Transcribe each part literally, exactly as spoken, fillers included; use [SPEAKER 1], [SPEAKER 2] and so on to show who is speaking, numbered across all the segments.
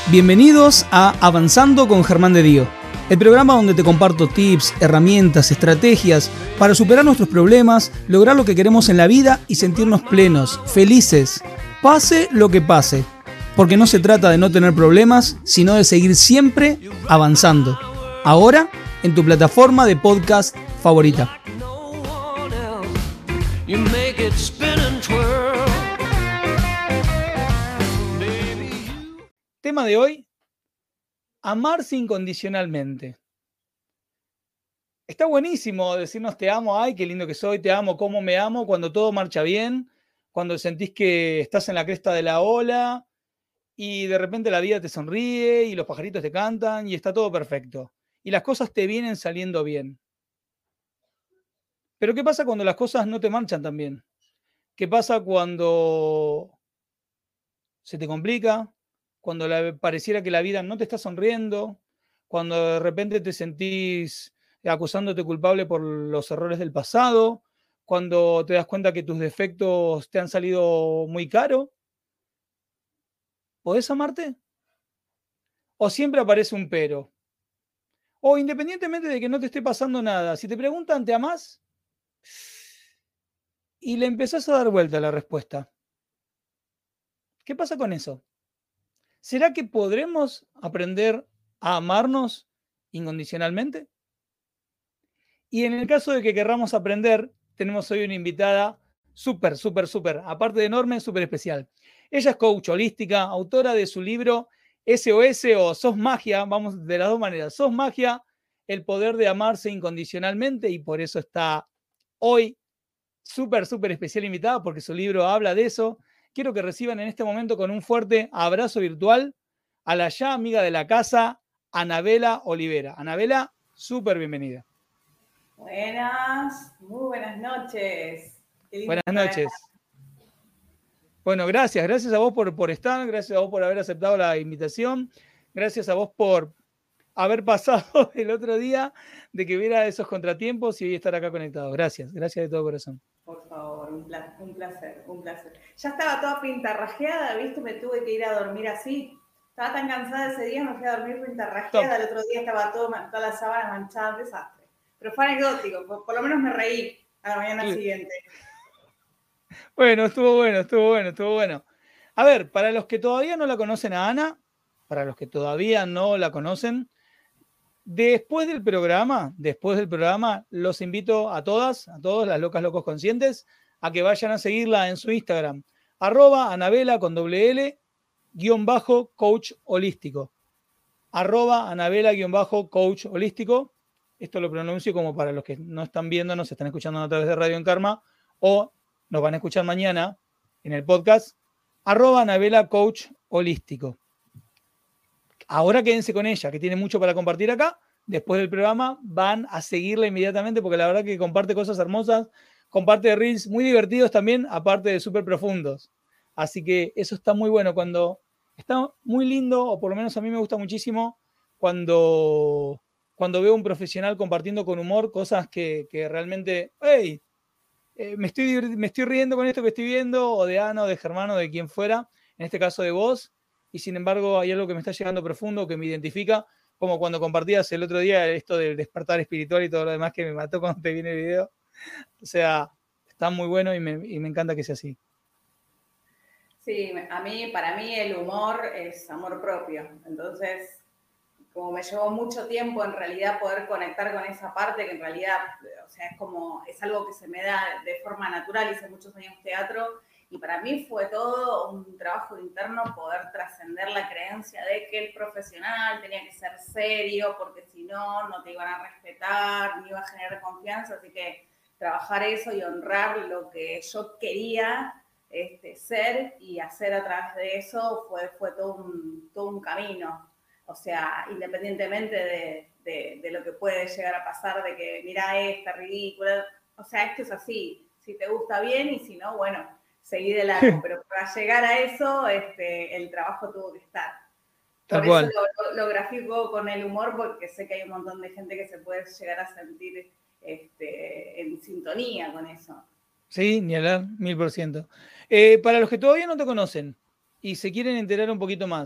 [SPEAKER 1] Bienvenidos a Avanzando con Germán de Dio, el programa donde te comparto tips, herramientas, estrategias para superar nuestros problemas, lograr lo que queremos en la vida y sentirnos plenos, felices, pase lo que pase. Porque no se trata de no tener problemas, sino de seguir siempre avanzando. Ahora, en tu plataforma de podcast favorita. Tema de hoy, amarse incondicionalmente. Está buenísimo decirnos te amo, ay, qué lindo que soy, te amo, cómo me amo, cuando todo marcha bien, cuando sentís que estás en la cresta de la ola y de repente la vida te sonríe y los pajaritos te cantan y está todo perfecto. Y las cosas te vienen saliendo bien. Pero ¿qué pasa cuando las cosas no te marchan tan bien? ¿Qué pasa cuando se te complica? Cuando la, pareciera que la vida no te está sonriendo, cuando de repente te sentís acusándote culpable por los errores del pasado, cuando te das cuenta que tus defectos te han salido muy caro. ¿Podés amarte? ¿O siempre aparece un pero? O independientemente de que no te esté pasando nada, si te preguntan, ¿te amás? Y le empezás a dar vuelta a la respuesta. ¿Qué pasa con eso? ¿Será que podremos aprender a amarnos incondicionalmente? Y en el caso de que querramos aprender, tenemos hoy una invitada súper, súper, súper, aparte de enorme, súper especial. Ella es coach holística, autora de su libro S O S o Sos Magia, vamos de las dos maneras, Sos Magia, el poder de amarse incondicionalmente, y por eso está hoy súper, súper especial invitada, porque su libro habla de eso. Quiero que reciban en este momento con un fuerte abrazo virtual a la ya amiga de la casa, Anabela Olivera. Anabela, súper bienvenida.
[SPEAKER 2] Buenas, muy buenas noches.
[SPEAKER 1] Buenas noches. Bueno, gracias, gracias a vos por, por estar, gracias a vos por haber aceptado la invitación, gracias a vos por haber pasado el otro día de que hubiera esos contratiempos y hoy estar acá conectados. Gracias, gracias de todo corazón.
[SPEAKER 2] Por favor, un placer, un placer, un placer. Ya estaba toda pintarrajeada, ¿viste? Me tuve que ir a dormir así. Estaba tan cansada ese día, me fui a dormir pintarrajeada. El otro día estaba todo, toda la sábana manchada, desastre. Pero fue anecdótico, por, por lo menos me reí a la mañana sí. siguiente.
[SPEAKER 1] Bueno, estuvo bueno, estuvo bueno, estuvo bueno. A ver, para los que todavía no la conocen a Ana, para los que todavía no la conocen, después del programa, después del programa, los invito a todas, a todos, las locas locos conscientes, a que vayan a seguirla en su Instagram, arroba Anabela con doble L, guión bajo coach holístico, arroba Anabela guión bajo coach holístico. Esto lo pronuncio como para los que no están viendo, nos están escuchando a través de Radio en Karma o nos van a escuchar mañana en el podcast, arroba Anabela coach holístico. Ahora quédense con ella, que tiene mucho para compartir acá. Después del programa van a seguirla inmediatamente porque la verdad que comparte cosas hermosas, comparte reels muy divertidos también, aparte de súper profundos. Así que eso está muy bueno. Cuando está muy lindo, o por lo menos a mí me gusta muchísimo, cuando, cuando veo un profesional compartiendo con humor cosas que, que realmente, hey, eh, me, estoy, me estoy riendo con esto que estoy viendo, o de Ana, o de Germán, o de quien fuera, en este caso de vos. Y sin embargo hay algo que me está llegando profundo, que me identifica, como cuando compartías el otro día esto del despertar espiritual y todo lo demás que me mató cuando te viene el video. O sea, está muy bueno y me, y me encanta que sea así.
[SPEAKER 2] Sí, a mí, para mí el humor es amor propio. Entonces, como me llevó mucho tiempo en realidad poder conectar con esa parte, que en realidad, o sea, es como, es algo que se me da de forma natural, hice muchos años teatro. Y para mí fue todo un trabajo interno poder trascender la creencia de que el profesional tenía que ser serio, porque si no, no te iban a respetar, ni iba a generar confianza. Así que trabajar eso y honrar lo que yo quería este, ser y hacer a través de eso fue, fue todo, un, todo un camino. O sea, independientemente de, de, de lo que puede llegar a pasar, de que mirá esta ridícula. O sea, esto es así. Si te gusta bien y si no, bueno, seguí de largo, pero para llegar a eso, este, el trabajo tuvo que estar. Por eso lo, lo grafico con el humor, porque sé que hay un montón de gente que se puede llegar a sentir este, en sintonía con eso.
[SPEAKER 1] Sí, ni hablar, mil por ciento. Eh, para los que todavía no te conocen y se quieren enterar un poquito más,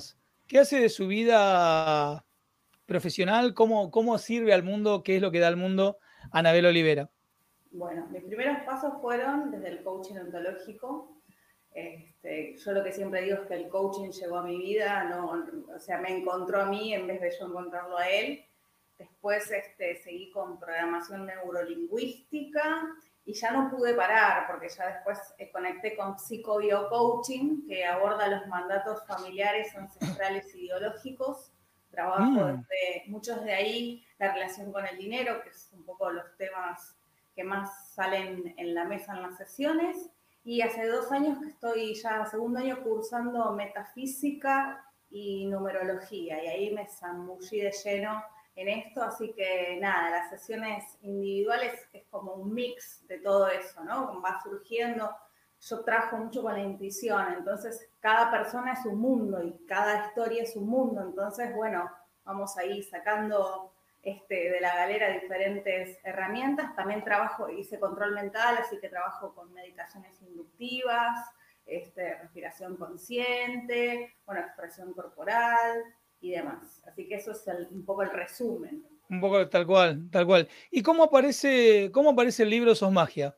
[SPEAKER 1] ¿Qué hace de su vida profesional? ¿Cómo, cómo sirve al mundo? ¿Qué es lo que da al mundo Anabel Olivera?
[SPEAKER 2] Bueno, mis primeros pasos fueron desde el coaching ontológico. Este, yo lo que siempre digo es que el coaching llegó a mi vida, no, o sea, me encontró a mí en vez de yo encontrarlo a él. Después este, seguí con programación neurolingüística y ya no pude parar porque ya después eh, conecté con psicobiocoaching, que aborda los mandatos familiares, ancestrales y ideológicos. Trabajo
[SPEAKER 1] Mm.
[SPEAKER 2] desde muchos de ahí, la relación con el dinero, que es un poco los temas que más salen en la mesa en las sesiones. Y hace dos años que estoy ya, segundo año, cursando metafísica y numerología. Y ahí me zambullí de lleno en esto. Así que nada, las sesiones individuales es como un mix de todo eso, ¿no? Como va surgiendo. Yo trabajo mucho con la intuición. Entonces, cada persona es un mundo y cada historia es un mundo. Entonces, bueno, vamos ahí sacando Este, de la galera diferentes herramientas. También trabajo, hice control mental, así que trabajo con meditaciones inductivas, este, respiración consciente, bueno, expresión corporal y demás. Así que eso es el, un poco el resumen.
[SPEAKER 1] Un poco tal cual, tal cual. ¿Y cómo aparece, cómo aparece el libro Sos Magia?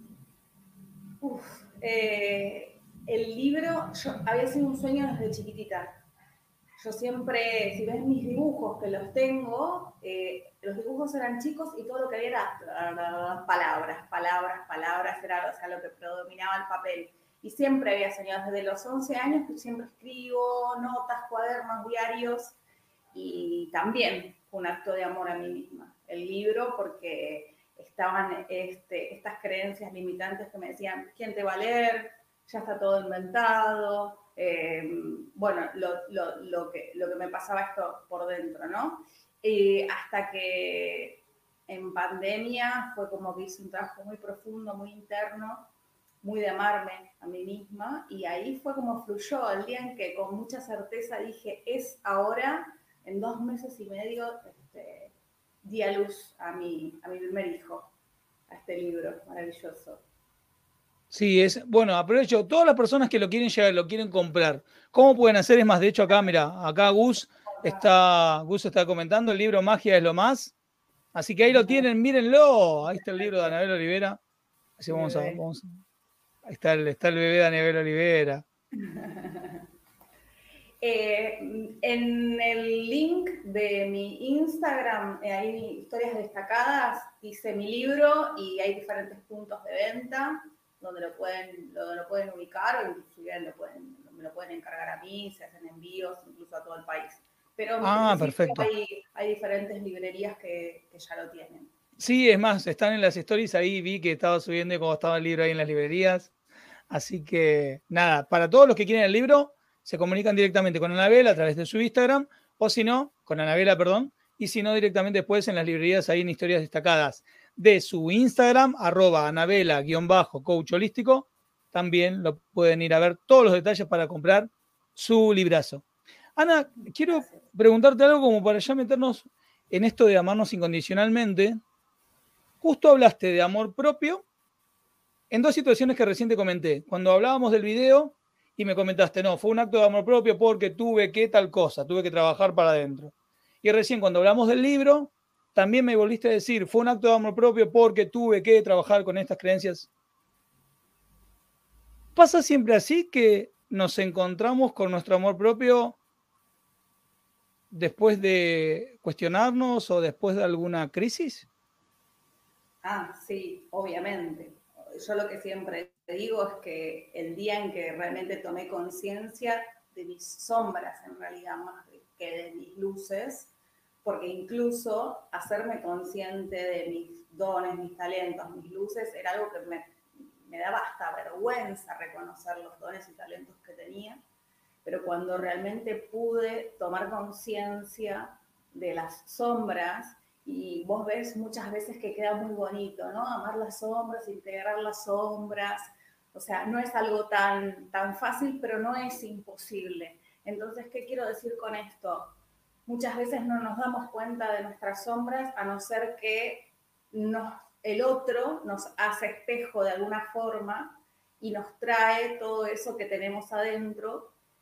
[SPEAKER 2] Uf, eh, el libro, yo había sido un sueño desde chiquitita. Yo siempre, si ves mis dibujos, que los tengo, eh, los dibujos eran chicos y todo lo que había era palabras, palabras, palabras, era o sea, lo que predominaba el papel. Y siempre había soñado, desde los once años, que siempre escribo notas, cuadernos, diarios, y también fue un acto de amor a mí misma. El libro, porque estaban este, estas creencias limitantes que me decían, ¿quién te va a leer? Ya está todo inventado. Eh, bueno, lo, lo, lo, que, lo que me pasaba esto por dentro, ¿no? Y hasta que en pandemia fue como que hice un trabajo muy profundo, muy interno, muy de amarme a mí misma, y ahí fue como fluyó el día en que con mucha certeza dije, es ahora, en dos meses y medio, este, di a luz a mi, a mi primer hijo, a este libro maravilloso.
[SPEAKER 1] Sí, es, bueno, aprovecho, todas las personas que lo quieren llegar, lo quieren comprar, ¿cómo pueden hacer? Es más, de hecho acá, mira, acá Gus está, Gus está comentando, el libro Magia es lo más, así que ahí lo tienen, mírenlo, ahí está el libro de Anabel Olivera, así
[SPEAKER 2] Mi
[SPEAKER 1] vamos a,
[SPEAKER 2] bebé.
[SPEAKER 1] vamos, ahí está el, está el bebé de Anabel Olivera.
[SPEAKER 2] Eh, en el link de mi Instagram eh, hay historias destacadas, hice mi libro y hay diferentes puntos de venta donde lo pueden, donde lo pueden ubicar o inclusive lo pueden, me lo pueden encargar a mí, se hacen envíos incluso a todo el país. Pero en
[SPEAKER 1] Ah,
[SPEAKER 2] principio
[SPEAKER 1] perfecto.
[SPEAKER 2] hay, hay diferentes librerías que, que ya lo tienen.
[SPEAKER 1] Sí, es más, están en las stories, ahí vi que estaba subiendo cómo estaba el libro ahí en las librerías. Así que nada, para todos los que quieren el libro, se comunican directamente con Anabela a través de su Instagram, o si no, con Anabela, perdón, y si no, directamente después en las librerías ahí en historias destacadas de su Instagram, arroba Anabela-coach holístico, también lo pueden ir a ver todos los detalles para comprar su librazo. Ana, quiero
[SPEAKER 2] Gracias.
[SPEAKER 1] preguntarte algo como para ya meternos en esto de amarnos incondicionalmente. Justo hablaste de amor propio en dos situaciones que recién te comenté. Cuando hablábamos del video y me comentaste, no, fue un acto de amor propio porque tuve que tal cosa, tuve que trabajar para adentro. Y recién cuando hablamos del libro, también me volviste a decir, fue un acto de amor propio porque tuve que trabajar con estas creencias. ¿Pasa siempre así que nos encontramos con nuestro amor propio después de cuestionarnos o después de alguna crisis?
[SPEAKER 2] Ah, sí, obviamente. Yo lo que siempre digo es que el día en que realmente tomé conciencia de mis sombras, en realidad, más que de mis luces, porque incluso hacerme consciente de mis dones, mis talentos, mis luces, era algo que me, me daba hasta vergüenza reconocer los dones y talentos que tenía, pero cuando realmente pude tomar conciencia de las sombras, y vos ves muchas veces que queda muy bonito, ¿no? Amar las sombras, integrar las sombras, o sea, no es algo tan, tan fácil, pero no es imposible. Entonces, ¿qué quiero decir con esto? Muchas veces no nos damos cuenta de nuestras sombras a no ser que nos, el otro nos hace espejo de alguna forma y nos trae todo eso que tenemos adentro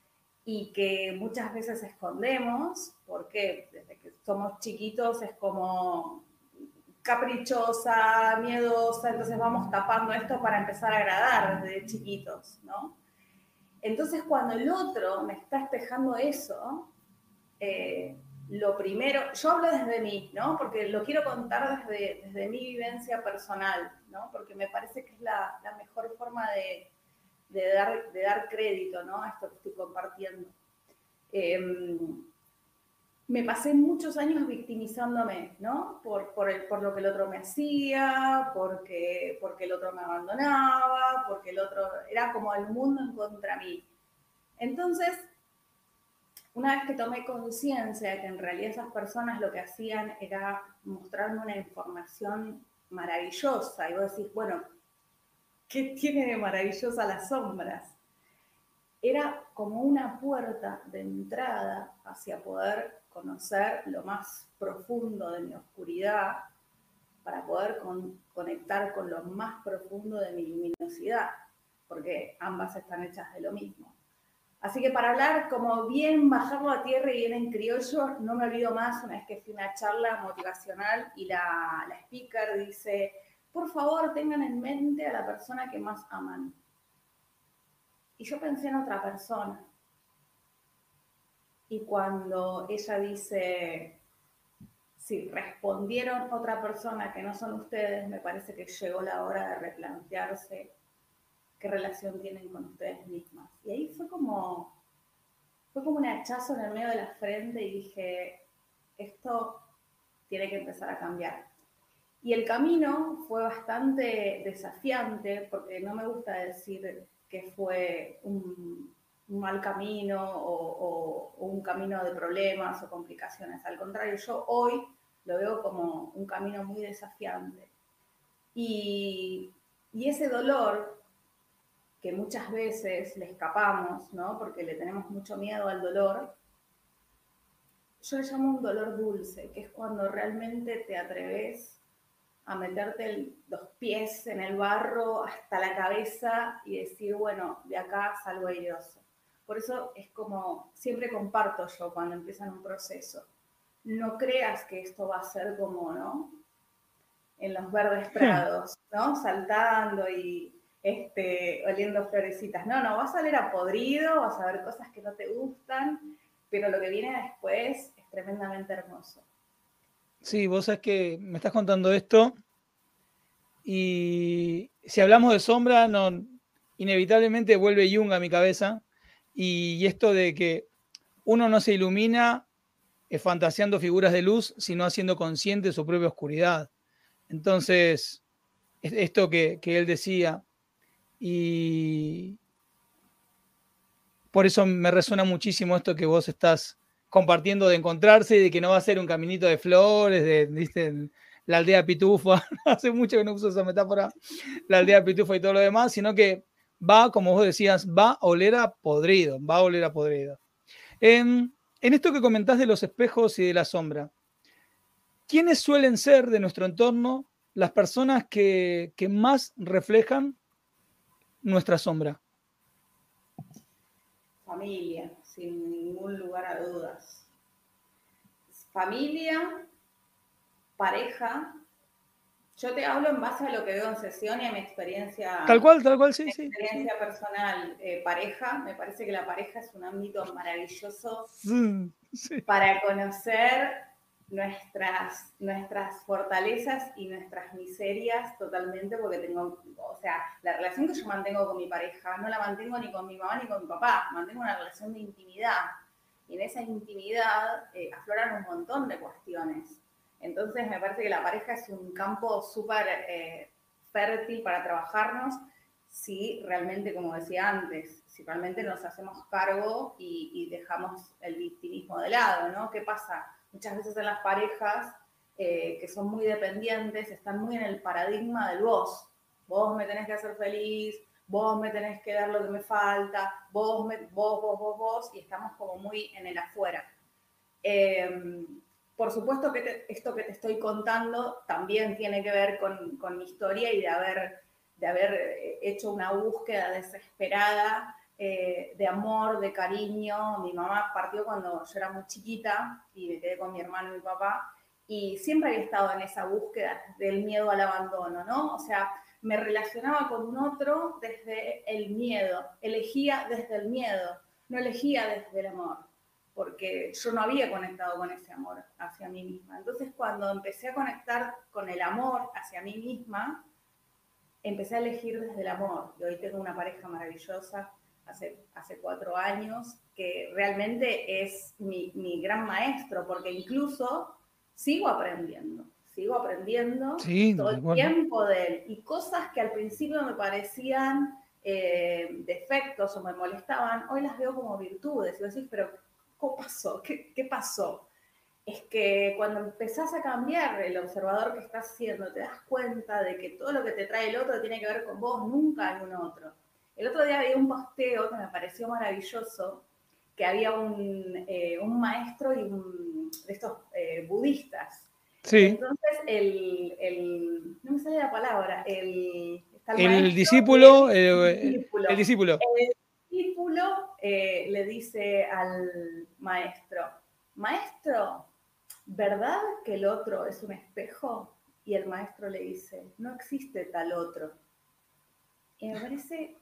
[SPEAKER 2] y que muchas veces escondemos, porque desde que somos chiquitos es como caprichosa, miedosa, entonces vamos tapando esto para empezar a agradar desde chiquitos, ¿no? Entonces cuando el otro me está espejando eso, eh, lo primero, yo hablo desde mí, ¿no? Porque lo quiero contar desde, desde mi vivencia personal, ¿no? Porque me parece que es la, la mejor forma de, de, dar, de dar crédito, ¿no? A esto que estoy compartiendo. Eh, me pasé muchos años victimizándome, ¿no? Por, por, el, por lo que el otro me hacía, porque, porque el otro me abandonaba, porque el otro era como el mundo en contra mí. Entonces, una vez que tomé conciencia de que en realidad esas personas lo que hacían era mostrarme una información maravillosa, y vos decís, bueno, ¿qué tiene de maravillosa las sombras? Era como una puerta de entrada hacia poder conocer lo más profundo de mi oscuridad, para poder con, conectar con lo más profundo de mi luminosidad, porque ambas están hechas de lo mismo. Así que para hablar como bien bajarlo a tierra y bien en criollo, no me olvido más una vez que fui a una charla motivacional y la, la speaker dice, por favor tengan en mente a la persona que más aman. Y yo pensé en otra persona. Y cuando ella dice, si respondieron otra persona que no son ustedes, me parece que llegó la hora de replantearse qué relación tienen con ustedes mismas. Y ahí fue como, fue como un hachazo en el medio de la frente y dije, esto tiene que empezar a cambiar. Y el camino fue bastante desafiante, porque no me gusta decir que fue un, un mal camino o, o, o un camino de problemas o complicaciones. Al contrario, yo hoy lo veo como un camino muy desafiante. Y, y ese dolor que muchas veces le escapamos, ¿no? Porque le tenemos mucho miedo al dolor, yo le llamo un dolor dulce, que es cuando realmente te atreves a meterte el, los pies en el barro hasta la cabeza y decir, bueno, de acá salgo airoso. Por eso es como, siempre comparto yo cuando empiezan un proceso. No creas que esto va a ser como, ¿no? En los verdes prados, ¿no? Saltando y este, oliendo florecitas. No, no, vas a oler a podrido, vas a ver cosas que no te gustan, pero lo que viene después es tremendamente hermoso.
[SPEAKER 1] Sí, vos sabés que me estás contando esto y si hablamos de sombra, no, inevitablemente vuelve Jung a mi cabeza y, y esto de que uno no se ilumina eh, fantaseando figuras de luz, sino haciendo consciente su propia oscuridad. Entonces, es esto que, que él decía, y por eso me resuena muchísimo esto que vos estás compartiendo de encontrarse y de que no va a ser un caminito de flores, de, ¿viste? La aldea pitufa, hace mucho que no uso esa metáfora, la aldea pitufa y todo lo demás, sino que va, como vos decías, va a oler a podrido, va a oler a podrido. En, en esto que comentás de los espejos y de la sombra, ¿quiénes suelen ser de nuestro entorno las personas que, que más reflejan nuestra sombra?
[SPEAKER 2] Familia, sin ningún lugar a dudas. Familia, pareja. Yo te hablo en base a lo que veo en sesión y a mi experiencia,
[SPEAKER 1] Tal cual, tal cual, sí,
[SPEAKER 2] mi
[SPEAKER 1] sí.
[SPEAKER 2] experiencia sí. personal. Eh, pareja, me parece que la pareja es un ámbito maravilloso
[SPEAKER 1] Sí, sí.
[SPEAKER 2] para conocer nuestras, nuestras fortalezas y nuestras miserias totalmente, porque tengo, o sea, la relación que yo mantengo con mi pareja no la mantengo ni con mi mamá ni con mi papá, mantengo una relación de intimidad. Y en esa intimidad eh, afloran un montón de cuestiones. Entonces me parece que la pareja es un campo súper eh, fértil para trabajarnos si realmente, como decía antes, si realmente nos hacemos cargo y, y dejamos el victimismo de lado, ¿no? ¿Qué pasa? Muchas veces en las parejas eh, que son muy dependientes están muy en el paradigma del vos. Vos me tenés que hacer feliz, vos me tenés que dar lo que me falta, vos, me, vos, vos, vos, vos, y estamos como muy en el afuera. Eh, por supuesto que te, esto que te estoy contando también tiene que ver con, con mi historia y de haber, de haber hecho una búsqueda desesperada eh, de amor, de cariño. Mi mamá partió cuando yo era muy chiquita y me quedé con mi hermano y mi papá. Y siempre había estado en esa búsqueda del miedo al abandono, ¿no? O sea, me relacionaba con un otro desde el miedo, elegía desde el miedo, no elegía desde el amor, porque yo no había conectado con ese amor hacia mí misma. Entonces, cuando empecé a conectar con el amor hacia mí misma, empecé a elegir desde el amor. Y hoy tengo una pareja maravillosa, hace, hace cuatro años, que realmente es mi, mi gran maestro, porque incluso sigo aprendiendo, sigo aprendiendo
[SPEAKER 1] Sí,
[SPEAKER 2] todo
[SPEAKER 1] de
[SPEAKER 2] el
[SPEAKER 1] acuerdo.
[SPEAKER 2] tiempo de él. Y cosas que al principio me parecían eh, defectos o me molestaban, hoy las veo como virtudes. Y vos decís, pero ¿cómo pasó? ¿Qué, qué pasó? Es que cuando empezás a cambiar el observador que estás siendo, te das cuenta de que todo lo que te trae el otro tiene que ver con vos, nunca hay un otro. El otro día había un posteo que me pareció maravilloso, que había un, eh, un maestro y un, de estos eh, budistas.
[SPEAKER 1] Sí.
[SPEAKER 2] Y entonces el, el, no me sale la palabra, el, está el,
[SPEAKER 1] el
[SPEAKER 2] maestro,
[SPEAKER 1] discípulo,
[SPEAKER 2] el,
[SPEAKER 1] el,
[SPEAKER 2] el discípulo.
[SPEAKER 1] El discípulo,
[SPEAKER 2] el discípulo eh, le dice al maestro, maestro, ¿verdad que el otro es un espejo? Y el maestro le dice, no existe tal otro. Y me parece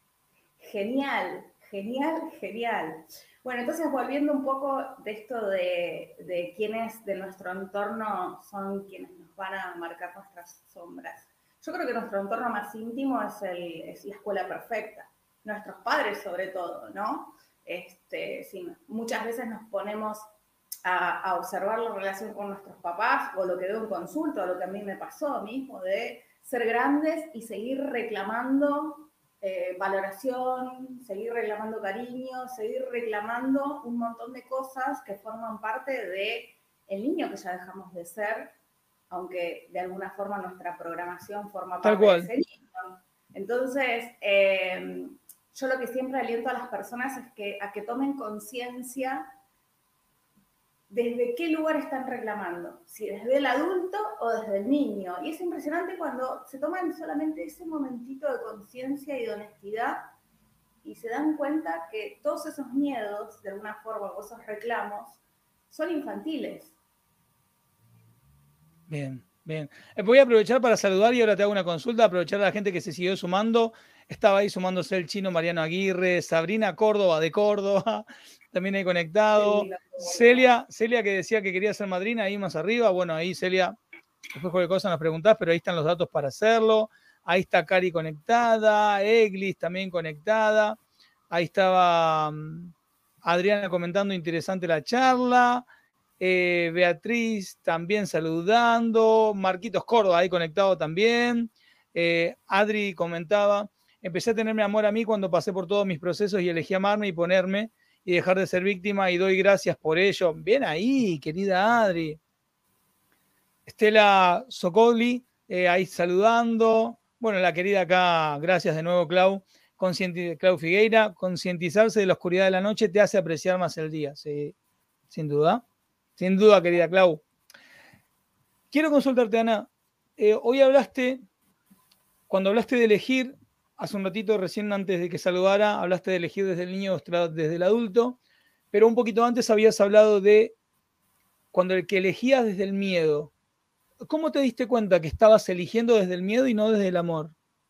[SPEAKER 2] genial, genial, genial. Bueno, entonces volviendo un poco de esto de, de quiénes de nuestro entorno son quienes nos van a marcar nuestras sombras. Yo creo que nuestro entorno más íntimo es, el, es la escuela perfecta. Nuestros padres sobre todo, ¿no? Este, sí, muchas veces nos ponemos a, a observar la relación con nuestros papás o lo que veo en consulta o lo que a mí me pasó mismo de ser grandes y seguir reclamando eh, valoración, seguir reclamando cariño, seguir reclamando un montón de cosas que forman parte de el niño que ya dejamos de ser, aunque de alguna forma nuestra programación forma
[SPEAKER 1] tal
[SPEAKER 2] parte de
[SPEAKER 1] cual.
[SPEAKER 2] ese niño. Entonces, eh, yo lo que siempre aliento a las personas es que a que tomen conciencia desde qué lugar están reclamando, si desde el adulto o desde el niño. Y es impresionante cuando se toman solamente ese momentito de conciencia y de honestidad y se dan cuenta que todos esos miedos, de alguna forma, o esos reclamos, son infantiles.
[SPEAKER 1] Bien, bien. Eh, Voy a aprovechar para saludar y ahora te hago una consulta, aprovechar a la gente que se siguió sumando. Estaba ahí sumándose el chino Mariano Aguirre, Sabrina Córdoba de Córdoba, también ahí conectado. Celia, Celia que decía que quería ser madrina ahí más arriba. Bueno, ahí Celia, después cualquier cosa nos preguntás, pero ahí están los datos para hacerlo. Ahí está Cari conectada, Eglis también conectada. Ahí estaba um, Adriana comentando, interesante la charla. Eh, Beatriz también saludando, Marquitos Córdoba ahí conectado también, eh, Adri comentaba, empecé a tenerme amor a mí cuando pasé por todos mis procesos y elegí amarme y ponerme y dejar de ser víctima y doy gracias por ello. Bien ahí, querida Adri. Estela Socoli, eh, ahí saludando. Bueno, la querida acá, gracias de nuevo, Clau. Concienti Clau Figueira, concientizarse de la oscuridad de la noche te hace apreciar más el día, sí, sin duda. Sin duda, querida Clau. Quiero consultarte, Ana. Eh, hoy hablaste, cuando hablaste de elegir, hace un ratito recién antes de que saludara, hablaste de elegir desde el niño, desde el adulto, pero un poquito antes habías hablado de cuando el que elegías desde el miedo. ¿Cómo te diste cuenta que estabas eligiendo desde el miedo y no desde el amor?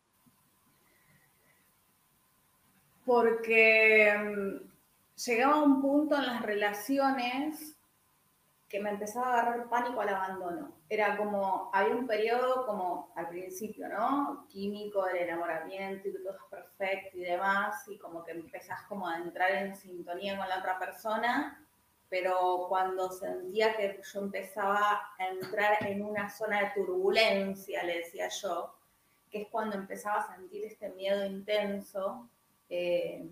[SPEAKER 2] Porque um, llegaba un punto en las relaciones que me empezaba a agarrar pánico al abandono. Era como, había un periodo como al principio, ¿no? Químico, del enamoramiento y que todo es perfecto y demás, y como que empezás como a entrar en sintonía con la otra persona, pero cuando sentía que yo empezaba a entrar en una zona de turbulencia, le decía yo, que es cuando empezaba a sentir este miedo intenso, eh,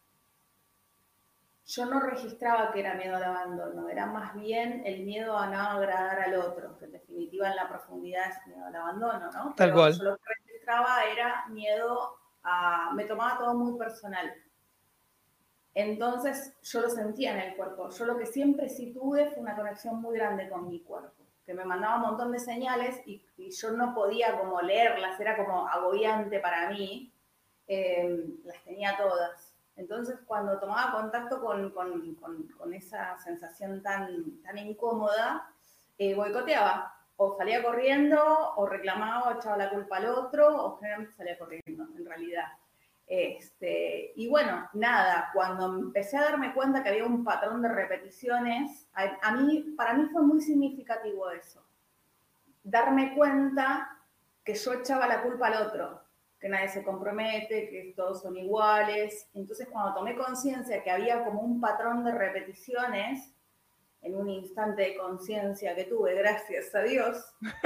[SPEAKER 2] yo no registraba que era miedo al abandono, era más bien el miedo a no agradar al otro, que en definitiva en la profundidad es miedo al abandono, ¿no?
[SPEAKER 1] Tal
[SPEAKER 2] Pero
[SPEAKER 1] cual.
[SPEAKER 2] yo lo que registraba era miedo a... me tomaba todo muy personal. Entonces yo lo sentía en el cuerpo. Yo lo que siempre sí tuve fue una conexión muy grande con mi cuerpo, que me mandaba un montón de señales y, y yo no podía como leerlas, era como agobiante para mí, eh, las tenía todas. Entonces, cuando tomaba contacto con, con, con, con esa sensación tan, tan incómoda, eh, boicoteaba. O salía corriendo, o reclamaba, o echaba la culpa al otro, o generalmente salía corriendo, en realidad. Este, y bueno, nada, cuando empecé a darme cuenta que había un patrón de repeticiones, a, a mí, para mí fue muy significativo eso. Darme cuenta que yo echaba la culpa al otro, que nadie se compromete, que todos son iguales. Entonces, cuando tomé conciencia que había como un patrón de repeticiones, en un instante de conciencia que tuve, gracias a Dios,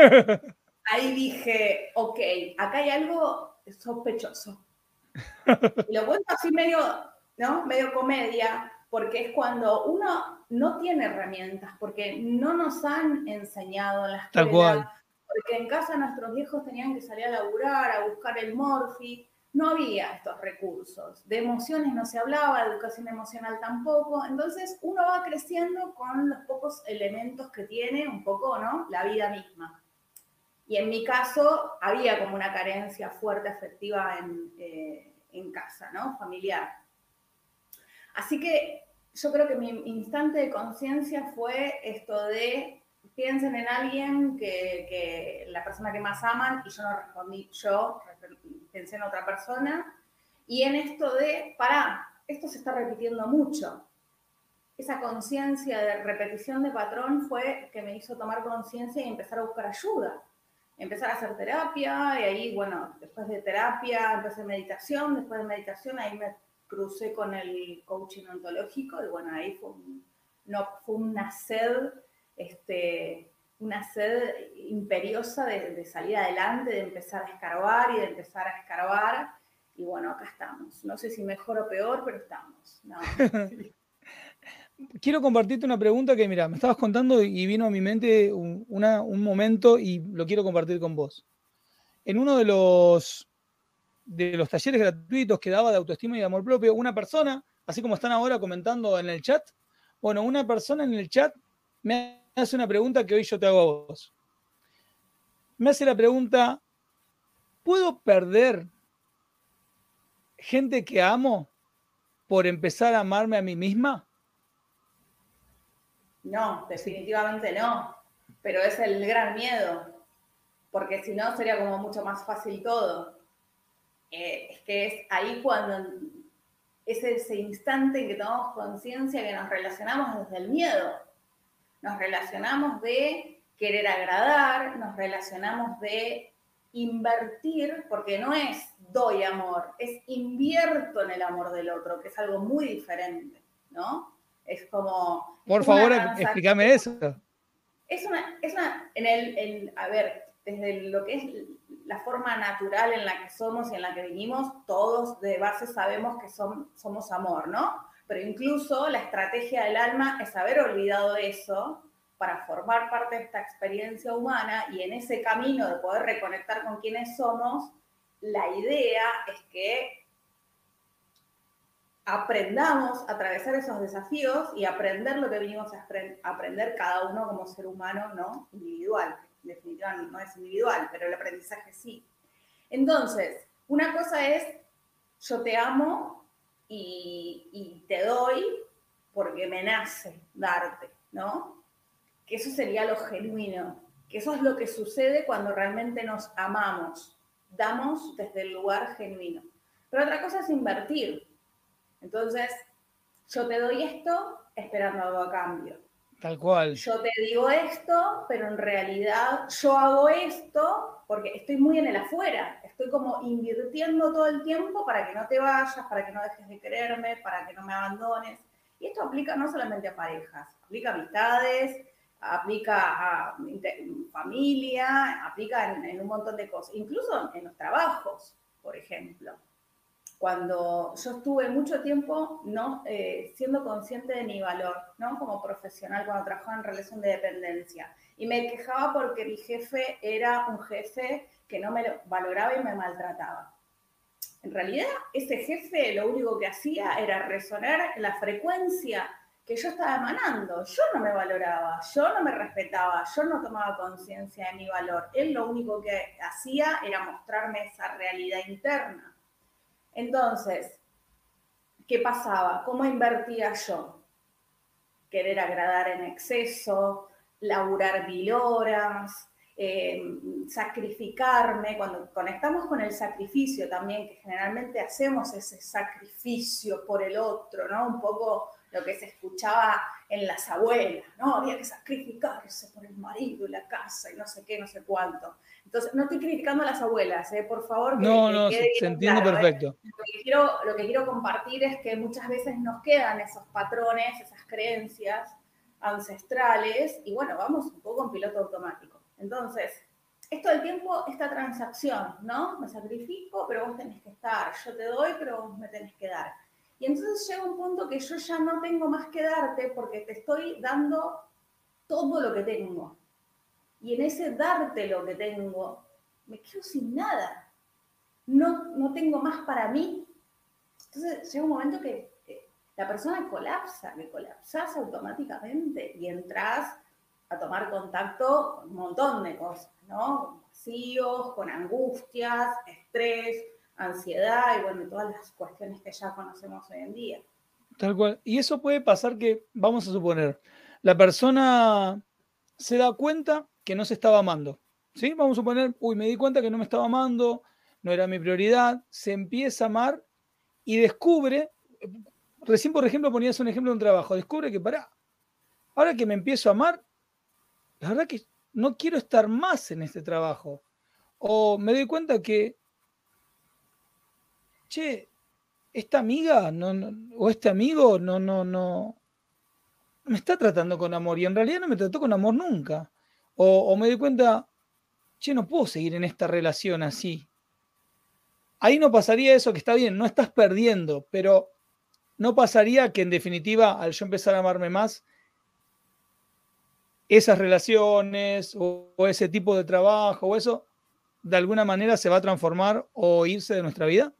[SPEAKER 2] ahí dije, ok, acá hay algo sospechoso. Y lo cuento así medio, ¿no? Medio comedia, porque es cuando uno no tiene herramientas, porque no nos han enseñado en la
[SPEAKER 1] Tal cual.
[SPEAKER 2] escuela, porque en casa nuestros viejos tenían que salir a laburar, a buscar el morfi, no había estos recursos. De emociones no se hablaba, de educación emocional tampoco, entonces uno va creciendo con los pocos elementos que tiene, un poco, ¿no? La vida misma. Y en mi caso había como una carencia fuerte afectiva en, eh, en casa, ¿no? Familiar. Así que yo creo que mi instante de conciencia fue esto de piensen en alguien que, que la persona que más aman, y yo no respondí, yo pensé en otra persona, y en esto de, pará, esto se está repitiendo mucho. Esa conciencia de repetición de patrón fue que me hizo tomar conciencia y empezar a buscar ayuda. Empezar a hacer terapia, y ahí, bueno, después de terapia empecé meditación, después de meditación ahí me crucé con el coaching ontológico, y bueno, ahí fue, un, no, fue una sed, este, una sed imperiosa de, de salir adelante, de empezar a escarbar y de empezar a escarbar, y bueno, acá estamos. No sé si mejor o peor, pero estamos. No.
[SPEAKER 1] Quiero compartirte una pregunta que, mira, me estabas contando y vino a mi mente un, una, un momento y lo quiero compartir con vos. En uno de los, de los talleres gratuitos que daba de autoestima y de amor propio, una persona, así como están ahora comentando en el chat, bueno, una persona en el chat me hace una pregunta que hoy yo te hago a vos. Me hace la pregunta, ¿puedo perder gente que amo por empezar a amarme a mí misma?
[SPEAKER 2] No, definitivamente no, pero es el gran miedo, porque si no sería como mucho más fácil todo. Eh, es que es ahí cuando es ese instante en que tomamos conciencia que nos relacionamos desde el miedo, nos relacionamos de querer agradar, nos relacionamos de invertir, porque no es doy amor, es invierto en el amor del otro, que es algo muy diferente, ¿no? Es como, es
[SPEAKER 1] Por
[SPEAKER 2] como una
[SPEAKER 1] favor,
[SPEAKER 2] transacción.
[SPEAKER 1] explícame eso.
[SPEAKER 2] Es una, es una, en el, en, a ver, desde lo que es la forma natural en la que somos y en la que vivimos, todos de base sabemos que son, somos amor, ¿no? Pero incluso la estrategia del alma es haber olvidado eso para formar parte de esta experiencia humana, y en ese camino de poder reconectar con quienes somos, la idea es que aprendamos a atravesar esos desafíos y aprender lo que venimos a aprender cada uno como ser humano, ¿no? Individual. Definitivamente no es individual, pero el aprendizaje sí. Entonces, una cosa es, yo te amo y, y te doy porque me nace darte, ¿no? Que eso sería lo genuino, que eso es lo que sucede cuando realmente nos amamos, damos desde el lugar genuino. Pero otra cosa es invertir. Entonces, yo te doy esto esperando algo a cambio.
[SPEAKER 1] Tal cual.
[SPEAKER 2] Yo te digo esto, pero en realidad yo hago esto porque estoy muy en el afuera. Estoy como invirtiendo todo el tiempo para que no te vayas, para que no dejes de quererme, para que no me abandones. Y esto aplica no solamente a parejas, aplica a amistades, aplica a familia, aplica en, en un montón de cosas. Incluso en los trabajos, por ejemplo. Cuando yo estuve mucho tiempo no eh, siendo consciente de mi valor, ¿no? Como profesional, cuando trabajaba en relación de dependencia. Y me quejaba porque mi jefe era un jefe que no me valoraba y me maltrataba. En realidad, ese jefe lo único que hacía era resonar en la frecuencia que yo estaba emanando. Yo no me valoraba, yo no me respetaba, yo no tomaba conciencia de mi valor. Él lo único que hacía era mostrarme esa realidad interna. Entonces, ¿qué pasaba? ¿Cómo invertía yo? Querer agradar en exceso, laburar mil horas, eh, sacrificarme. Cuando conectamos con el sacrificio también, que generalmente hacemos ese sacrificio por el otro, ¿no? Un poco lo que se escuchaba en las abuelas, ¿no? Había que sacrificarse por el marido y la casa y no sé qué, no sé cuánto. Entonces, no estoy criticando a las abuelas, ¿eh? Por favor, que,
[SPEAKER 1] No,
[SPEAKER 2] que
[SPEAKER 1] no,
[SPEAKER 2] quede
[SPEAKER 1] se, se
[SPEAKER 2] bien
[SPEAKER 1] entiende
[SPEAKER 2] claro, ¿eh?
[SPEAKER 1] perfecto.
[SPEAKER 2] Lo que, quiero, lo que quiero compartir es que muchas veces nos quedan esos patrones, esas creencias ancestrales, y bueno, vamos un poco en piloto automático. Entonces, es todo el tiempo esta transacción, ¿no? Me sacrifico, pero vos tenés que estar. Yo te doy, pero vos me tenés que dar. Y entonces llega un punto que yo ya no tengo más que darte porque te estoy dando todo lo que tengo. Y en ese darte lo que tengo, me quedo sin nada. No, no tengo más para mí. Entonces llega un momento que, que la persona colapsa, que colapsas automáticamente y entras a tomar contacto con un montón de cosas, ¿no? Con vacíos, con angustias, estrés, ansiedad y bueno, todas las cuestiones que ya conocemos hoy en día.
[SPEAKER 1] Tal cual. Y eso puede pasar que, vamos a suponer, la persona se da cuenta que no se estaba amando. ¿Sí? Vamos a suponer, uy, me di cuenta que no me estaba amando, no era mi prioridad, se empieza a amar y descubre, recién por ejemplo ponías un ejemplo de un trabajo, descubre que pará, ahora que me empiezo a amar, la verdad que no quiero estar más en este trabajo. O me doy cuenta que, che, esta amiga no, no, o este amigo no, no, no, me está tratando con amor y en realidad no me trató con amor nunca. O, o me doy cuenta, che, no puedo seguir en esta relación así. Ahí no pasaría eso, que está bien, no estás perdiendo, pero no pasaría que en definitiva, al yo empezar a amarme más, esas relaciones o, o ese tipo de trabajo o eso, de alguna manera se va a transformar o irse de nuestra vida.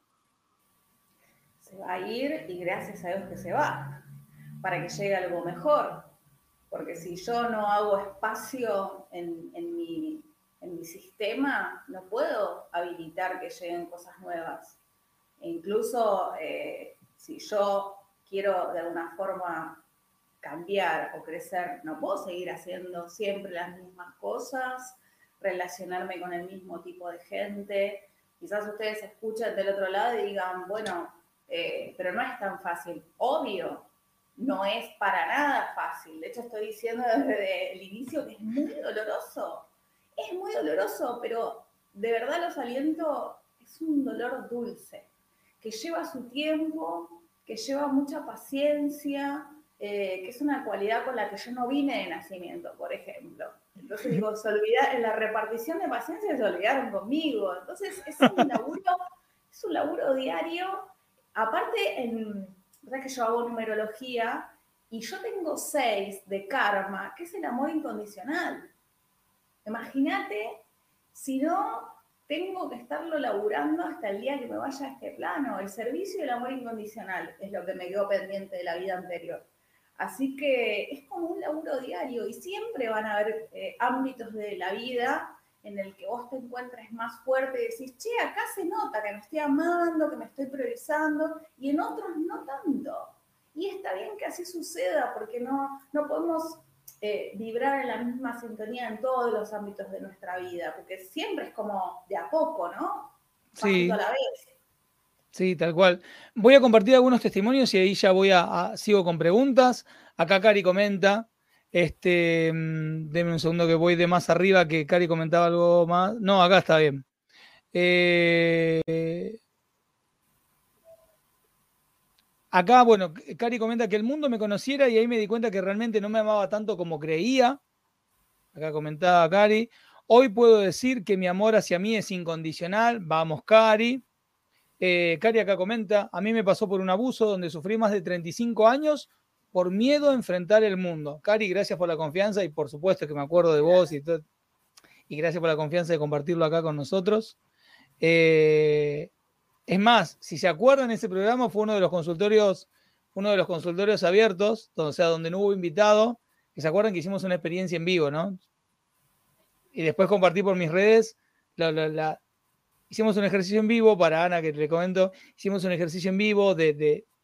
[SPEAKER 2] Se va a ir y gracias a Dios que se va, para que llegue algo mejor. Porque si yo no hago espacio en, en, mi, en mi sistema, no puedo habilitar que lleguen cosas nuevas. E incluso eh, si yo quiero de alguna forma cambiar o crecer, no puedo seguir haciendo siempre las mismas cosas, relacionarme con el mismo tipo de gente. Quizás ustedes escuchen del otro lado y digan, bueno, eh, pero no es tan fácil. Obvio, no es para nada fácil. De hecho, estoy diciendo desde el inicio que es muy doloroso. Es muy doloroso, pero de verdad los aliento, es un dolor dulce, que lleva su tiempo, que lleva mucha paciencia, eh, que es una cualidad con la que yo no vine de nacimiento, por ejemplo. Entonces digo, se olvida, en la repartición de paciencia se olvidaron conmigo. Entonces es un laburo, es un laburo diario. Aparte, en, ¿verdad que yo hago numerología? Y yo tengo seis de karma, que es el amor incondicional. Imagínate si no tengo que estarlo laburando hasta el día que me vaya a este plano. El servicio y el amor incondicional es lo que me quedó pendiente de la vida anterior. Así que es como un laburo diario y siempre van a haber eh, ámbitos de la vida en el que vos te encuentres más fuerte y decís, che, acá se nota que me estoy amando, que me estoy priorizando, y en otros no tanto. Y está bien que así suceda, porque no, no podemos eh, vibrar en la misma sintonía en todos los ámbitos de nuestra vida, porque siempre es como de a poco, ¿no? Pasito a
[SPEAKER 1] Sí,
[SPEAKER 2] la vez.
[SPEAKER 1] sí, tal cual. Voy a compartir algunos testimonios y ahí ya voy a, a sigo con preguntas. Acá Cari comenta, este, mm, deme un segundo que voy de más arriba, que Cari comentaba algo más. No, acá está bien. Eh, acá, bueno, Cari comenta que el mundo me conociera y ahí me di cuenta que realmente no me amaba tanto como creía. Acá comentaba Cari. Hoy puedo decir que mi amor hacia mí es incondicional. Vamos, Cari. Eh, Cari acá comenta, a mí me pasó por un abuso donde sufrí más de treinta y cinco años por miedo a enfrentar el mundo. Cari, gracias por la confianza y por supuesto que me acuerdo de vos y, todo, y gracias por la confianza de compartirlo acá con nosotros. Eh, es más, si se acuerdan, ese programa fue uno de los consultorios, uno de los consultorios abiertos, o sea, donde no hubo invitado, que se acuerdan que hicimos una experiencia en vivo, ¿no? Y después compartí por mis redes la, la, la hicimos un ejercicio en vivo para Ana, que te comento, hicimos un ejercicio en vivo de, de,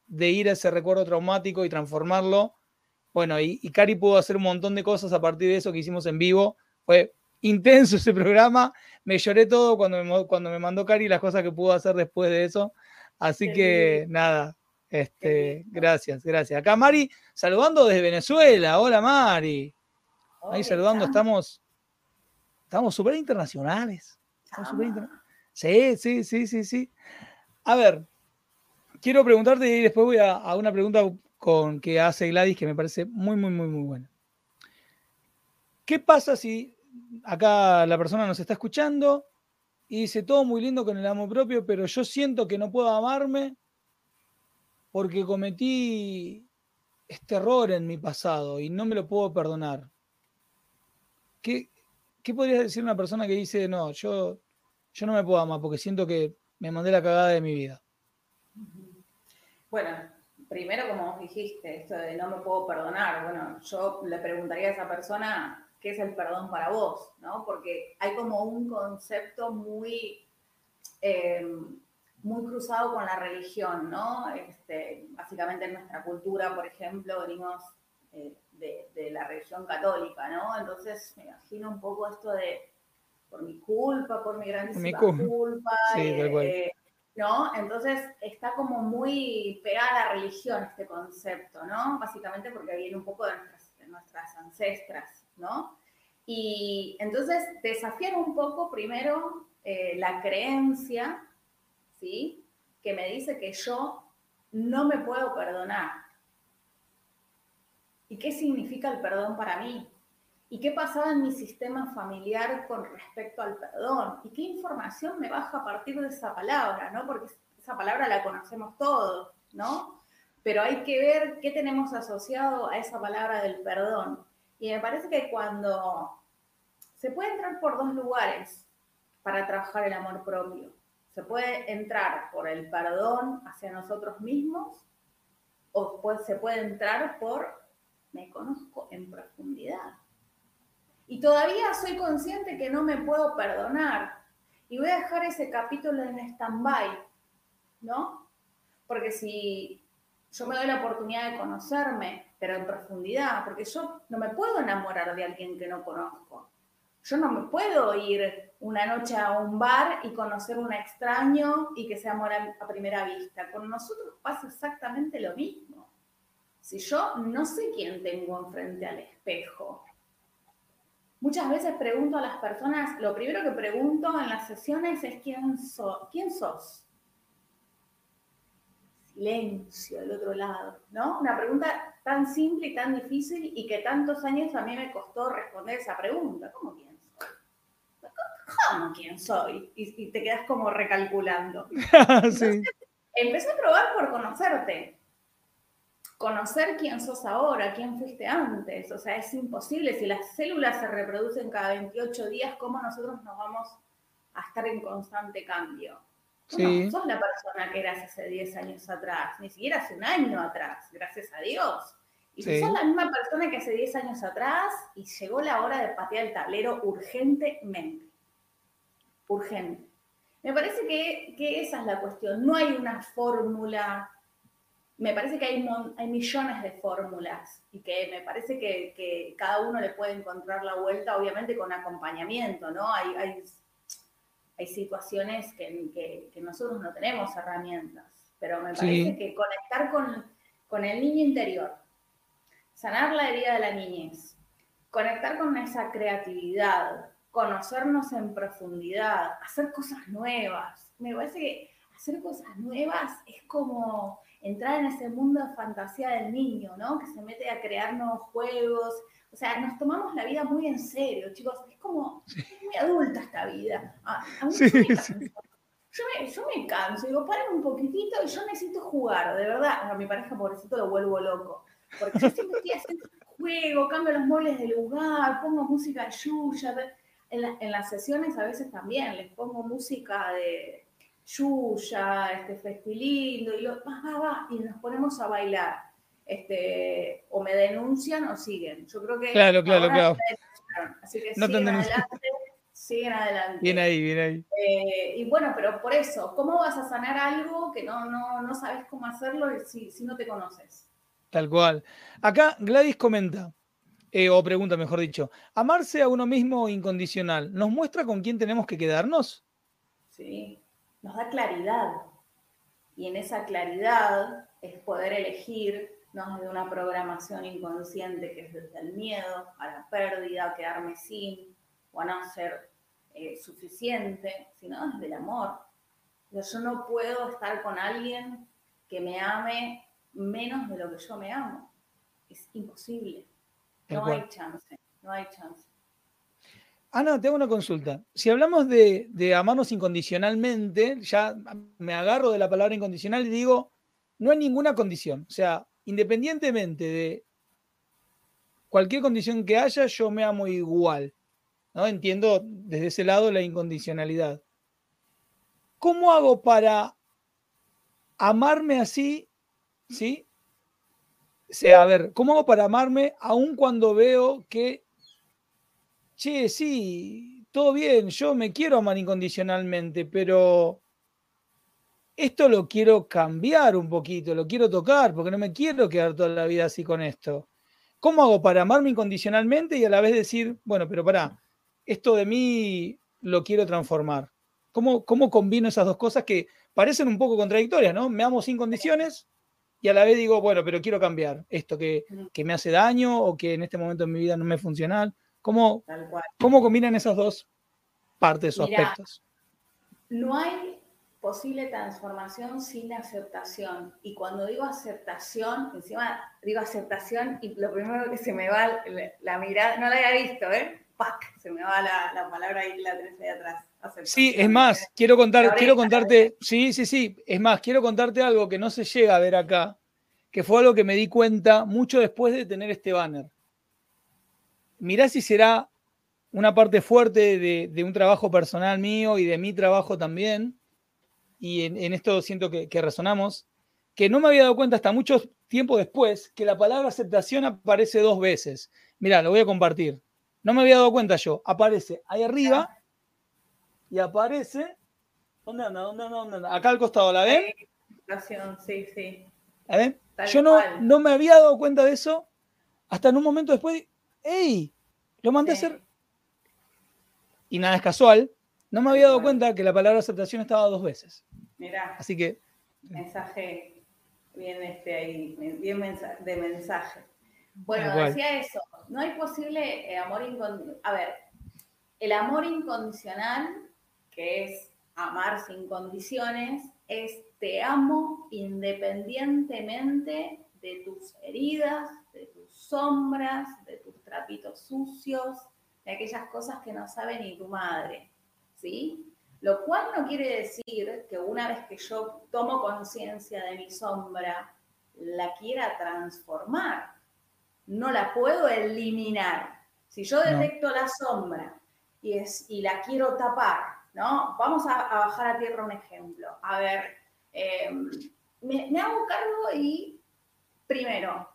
[SPEAKER 1] de ir a ese recuerdo traumático y transformarlo. Bueno, y, y Cari pudo hacer un montón de cosas a partir de eso que hicimos en vivo. Fue intenso ese programa. Me lloré todo cuando me, cuando me mandó Cari las cosas que pudo hacer después de eso. Así
[SPEAKER 2] Qué
[SPEAKER 1] que
[SPEAKER 2] lindo,
[SPEAKER 1] nada,
[SPEAKER 2] qué
[SPEAKER 1] este,
[SPEAKER 2] lindo.
[SPEAKER 1] gracias, gracias. Acá Mari saludando desde Venezuela. Hola Mari. Ahí
[SPEAKER 2] Oye,
[SPEAKER 1] saludando,
[SPEAKER 2] chama,
[SPEAKER 1] estamos estamos súper internacionales. Estamos súper
[SPEAKER 2] chama.
[SPEAKER 1] internacionales. Sí, sí, sí, sí, sí. A ver, quiero preguntarte y después voy a, a una pregunta con, que hace Gladys que me parece muy, muy, muy, muy buena. ¿Qué pasa si acá la persona nos está escuchando y dice todo muy lindo con el amor propio, pero yo siento que no puedo amarme porque cometí este error en mi pasado y no me lo puedo perdonar? ¿Qué, qué podrías decir a una persona que dice, no, yo, yo no me puedo amar porque siento que me mandé la cagada de mi vida?
[SPEAKER 2] Bueno, primero como vos dijiste, esto de no me puedo perdonar, bueno, yo le preguntaría a esa persona qué es el perdón para vos, ¿no? Porque hay como un concepto muy, eh, muy cruzado con la religión, ¿no? Este, básicamente en nuestra cultura, por ejemplo, venimos eh, de, de la religión católica, ¿no? Entonces me imagino un poco esto de por mi culpa, por mi
[SPEAKER 1] Mi
[SPEAKER 2] grandísima
[SPEAKER 1] cu-
[SPEAKER 2] culpa,
[SPEAKER 1] Sí, tal cual.
[SPEAKER 2] eh, eh, ¿no? Entonces está como muy pegada a la religión este concepto, ¿no? Básicamente porque viene un poco de nuestras, de nuestras ancestras, ¿no? Y entonces desafiar un poco primero eh, la creencia, ¿sí? Que me dice que yo no me puedo perdonar. ¿Y qué significa el perdón para mí? ¿Y qué pasaba en mi sistema familiar con respecto al perdón? ¿Y qué información me baja a partir de esa palabra? ¿No? Porque esa palabra la conocemos todos, ¿no? Pero hay que ver qué tenemos asociado a esa palabra del perdón. Y me parece que cuando se puede entrar por dos lugares para trabajar el amor propio. Se puede entrar por el perdón hacia nosotros mismos o pues se puede entrar por me conozco en profundidad. Y todavía soy consciente que no me puedo perdonar. Y voy a dejar ese capítulo en stand-by, ¿no? Porque si yo me doy la oportunidad de conocerme, pero en profundidad, porque yo no me puedo enamorar de alguien que no conozco. Yo no me puedo ir una noche a un bar y conocer un extraño y que sea amor a primera vista. Con nosotros pasa exactamente lo mismo. Si yo no sé quién tengo enfrente al espejo, muchas veces pregunto a las personas, lo primero que pregunto en las sesiones es ¿quién, so, ¿quién sos? Silencio del otro lado, ¿no? Una pregunta tan simple y tan difícil y que tantos años a mí me costó responder esa pregunta. ¿Cómo quién soy? ¿Cómo quién soy? Y, y te quedas como recalculando. Entonces,
[SPEAKER 1] Sí.
[SPEAKER 2] empecé a probar por conocerte. Conocer quién sos ahora, quién fuiste antes. O sea, es imposible. Si las células se reproducen cada veintiocho días, ¿cómo nosotros nos vamos a estar en constante cambio? Vos no
[SPEAKER 1] Sí,
[SPEAKER 2] sos la persona que eras hace diez años atrás, ni siquiera hace un año atrás, gracias a Dios. Y si sos
[SPEAKER 1] sí.
[SPEAKER 2] la misma persona que hace diez años atrás y llegó la hora de patear el tablero urgentemente. Urgente. Me parece que, que esa es la cuestión. No hay una fórmula. Me parece que hay, hay millones de fórmulas y que me parece que, que cada uno le puede encontrar la vuelta, obviamente con acompañamiento, ¿no? Hay, hay hay situaciones que, que, que, nosotros no tenemos herramientas, pero me parece
[SPEAKER 1] Sí.
[SPEAKER 2] que conectar con, con el niño interior, sanar la herida de la niñez, conectar con esa creatividad, conocernos en profundidad, hacer cosas nuevas. Me parece que hacer cosas nuevas es como entrar en ese mundo de fantasía del niño, ¿no? Que se mete a crear nuevos juegos. O sea, nos tomamos la vida muy en serio, chicos. Es como, es muy adulta esta vida. A, a mí,
[SPEAKER 1] Sí,
[SPEAKER 2] yo me
[SPEAKER 1] sí.
[SPEAKER 2] canso. Yo me, yo me canso. Digo, paren un poquitito y yo necesito jugar, de verdad. A mi pareja, pobrecito, lo vuelvo loco. Porque yo siempre estoy haciendo juego, cambio los muebles de lugar, pongo música de Yuya. En, la, en las sesiones a veces también les pongo música de Yuya, este Festilindo, y lo, va, va, va, y nos ponemos a bailar. Este, o me denuncian o siguen. Yo creo que
[SPEAKER 1] Claro, claro,
[SPEAKER 2] ahora
[SPEAKER 1] claro.
[SPEAKER 2] me denunciaron, así que
[SPEAKER 1] No te
[SPEAKER 2] sigan
[SPEAKER 1] denuncio.
[SPEAKER 2] adelante, siguen adelante.
[SPEAKER 1] Bien ahí, bien ahí.
[SPEAKER 2] Eh, y bueno, pero por eso, ¿cómo vas a sanar algo que no, no, no sabes cómo hacerlo si, si no te conoces?
[SPEAKER 1] Tal cual. Acá Gladys comenta, eh, o pregunta, mejor dicho, ¿amarse a uno mismo incondicional nos muestra con quién tenemos que quedarnos?
[SPEAKER 2] ¿Sí? Nos da claridad. Y en esa claridad es poder elegir, no desde una programación inconsciente que es desde el miedo a la pérdida, a quedarme sin o a no ser eh, suficiente, sino desde el amor. Yo no puedo estar con alguien que me ame menos de lo que yo me amo. Es imposible.
[SPEAKER 1] Tal
[SPEAKER 2] No
[SPEAKER 1] cual.
[SPEAKER 2] hay chance, no hay chance.
[SPEAKER 1] Ana, te hago una consulta. Si hablamos de, de amarnos incondicionalmente, ya me agarro de la palabra incondicional y digo, no hay ninguna condición. O sea, independientemente de cualquier condición que haya, yo me amo igual. ¿No? Entiendo desde ese lado la incondicionalidad. ¿Cómo hago para amarme así? ¿Sí? O sea, a ver, ¿cómo hago para amarme aun cuando veo que, che, sí, todo bien, yo me quiero amar incondicionalmente, pero esto lo quiero cambiar un poquito, lo quiero tocar, porque no me quiero quedar toda la vida así con esto? ¿Cómo hago para amarme incondicionalmente y a la vez decir, bueno, pero pará, esto de mí lo quiero transformar? ¿Cómo, cómo combino esas dos cosas que parecen un poco contradictorias, ¿no? Me amo sin condiciones y a la vez digo, bueno, pero quiero cambiar esto que, que me hace daño o que en este momento en mi vida no me es funcional. ¿Cómo,
[SPEAKER 2] Tal cual.
[SPEAKER 1] ¿Cómo combinan esas dos partes o
[SPEAKER 2] Mirá,
[SPEAKER 1] aspectos?
[SPEAKER 2] no hay posible transformación sin aceptación. Y cuando digo aceptación, encima digo aceptación y lo primero que se me va la, la mirada, no la había visto, ¿eh? ¡Pac! Se me va la, la palabra ahí, la tenés ahí atrás.
[SPEAKER 1] Sí, es más, quiero, contar,
[SPEAKER 2] oreja,
[SPEAKER 1] quiero contarte, sí, sí, sí, es más, quiero contarte algo que no se llega a ver acá, que fue algo que me di cuenta mucho después de tener este banner. Mirá si será una parte fuerte de, de un trabajo personal mío y de mi trabajo también, y en, en esto siento que, que resonamos, que no me había dado cuenta hasta mucho tiempo después que la palabra aceptación aparece dos veces. Mirá, lo voy a compartir. No me había dado cuenta yo. Aparece ahí arriba y aparece... ¿Dónde anda? ¿Dónde anda? ¿Dónde anda? Acá al costado, ¿la ven?
[SPEAKER 2] Sí, sí.
[SPEAKER 1] ¿La ven? Yo no, no me había dado cuenta de eso hasta en un momento después. ¡Ey! Lo mandé sí. a hacer. Y nada es casual. No me había dado cuenta que la palabra aceptación estaba dos veces.
[SPEAKER 2] Mirá.
[SPEAKER 1] Así que.
[SPEAKER 2] Mensaje bien este ahí, bien mensaje, de mensaje. Bueno, decía eso. No hay posible eh, amor incondicional. A ver, el amor incondicional, que es amar sin condiciones, es te amo independientemente de tus heridas, de tus sombras, de tus trapitos sucios, de aquellas cosas que no sabe ni tu madre, ¿sí? Lo cual no quiere decir que una vez que yo tomo conciencia de mi sombra, la quiera transformar. No la puedo eliminar. Si yo detecto no. la sombra y, es, y la quiero tapar, ¿no? Vamos a, a bajar a tierra un ejemplo. A ver, eh, me, me hago cargo y, primero,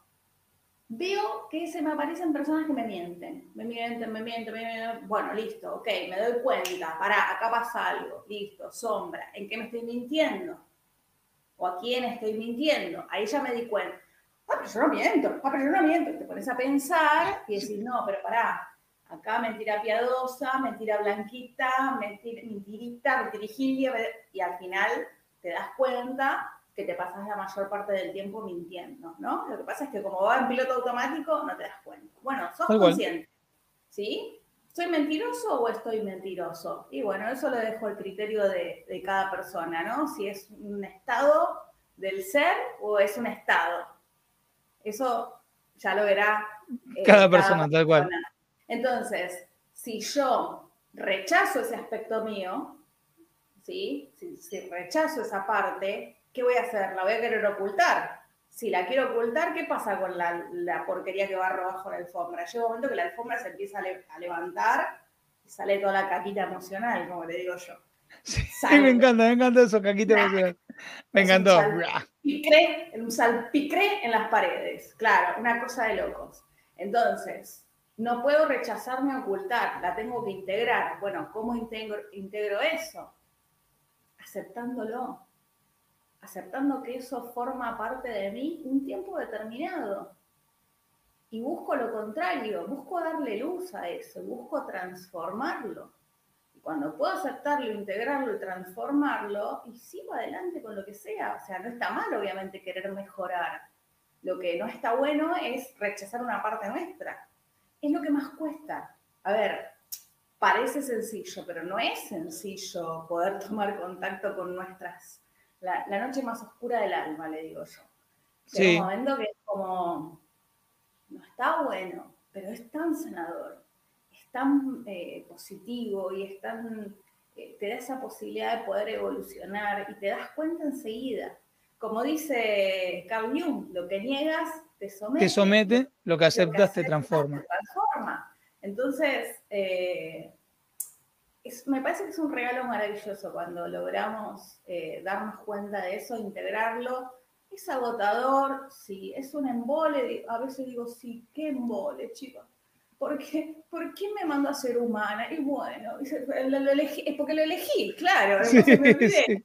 [SPEAKER 2] veo que se me aparecen personas que me mienten. Me mienten, me mienten, me mienten. Bueno, listo, ok, me doy cuenta. Pará, acá pasa algo. Listo, sombra. ¿En qué me estoy mintiendo? ¿O a quién estoy mintiendo? Ahí ya me di cuenta. Ah, pero yo no miento. Ah, pero yo no miento. Te pones a pensar y decís, no, pero pará. Acá mentira piadosa, mentira blanquita, mentir, mentirita, mentirigilia. Y al final te das cuenta que te pasas la mayor parte del tiempo mintiendo, ¿no? Lo que pasa es que como va en piloto automático, no te das cuenta. Bueno, sos Muy consciente, bueno. ¿Sí? ¿Soy mentiroso o estoy mentiroso? Y bueno, eso lo dejo al criterio de, de cada persona, ¿no? Si es un estado del ser o es un estado. Eso ya lo verá
[SPEAKER 1] eh, cada, persona, cada persona, tal cual.
[SPEAKER 2] Entonces, si yo rechazo ese aspecto mío, ¿sí? Si, si rechazo esa parte, ¿qué voy a hacer? La voy a querer ocultar. Si la quiero ocultar, ¿qué pasa con la, la porquería que barro bajo la alfombra? Llega un momento que la alfombra se empieza a, le, a levantar y sale toda la caquita emocional, como le digo yo.
[SPEAKER 1] Sí, me encanta, me encanta eso, caquita nah, emocional. Me
[SPEAKER 2] es
[SPEAKER 1] encantó.
[SPEAKER 2] Un salpicre, un salpicre en las paredes. Claro, una cosa de locos. Entonces, no puedo rechazarme, ocultar, la tengo que integrar. Bueno, ¿cómo integro, integro eso? Aceptándolo, aceptando que eso forma parte de mí un tiempo determinado. Y busco lo contrario, busco darle luz a eso, busco transformarlo. Y cuando puedo aceptarlo, integrarlo y transformarlo, y sigo adelante con lo que sea. O sea, no está mal, obviamente, querer mejorar. Lo que no está bueno es rechazar una parte nuestra. Es lo que más cuesta. A ver, parece sencillo, pero no es sencillo poder tomar contacto con nuestras... La, la noche más oscura del alma, le digo yo. Llega sí. un momento que es como... No está bueno, pero es tan sanador, es tan eh, positivo y es tan, eh, te da esa posibilidad de poder evolucionar y te das cuenta enseguida. Como dice Carl Jung, lo que niegas te somete.
[SPEAKER 1] Te somete, lo que aceptas, lo que aceptas te transforma.
[SPEAKER 2] Te transforma. Entonces, eh, es, me parece que es un regalo maravilloso cuando logramos eh, darnos cuenta de eso, integrarlo. Es agotador, sí, es un embole, a veces digo, sí, qué embole, chicos. ¿Por qué, ¿Por qué me mandó a ser humana? Y bueno, lo, lo elegí, es porque lo elegí, claro, sí, se me olvidé. Sí.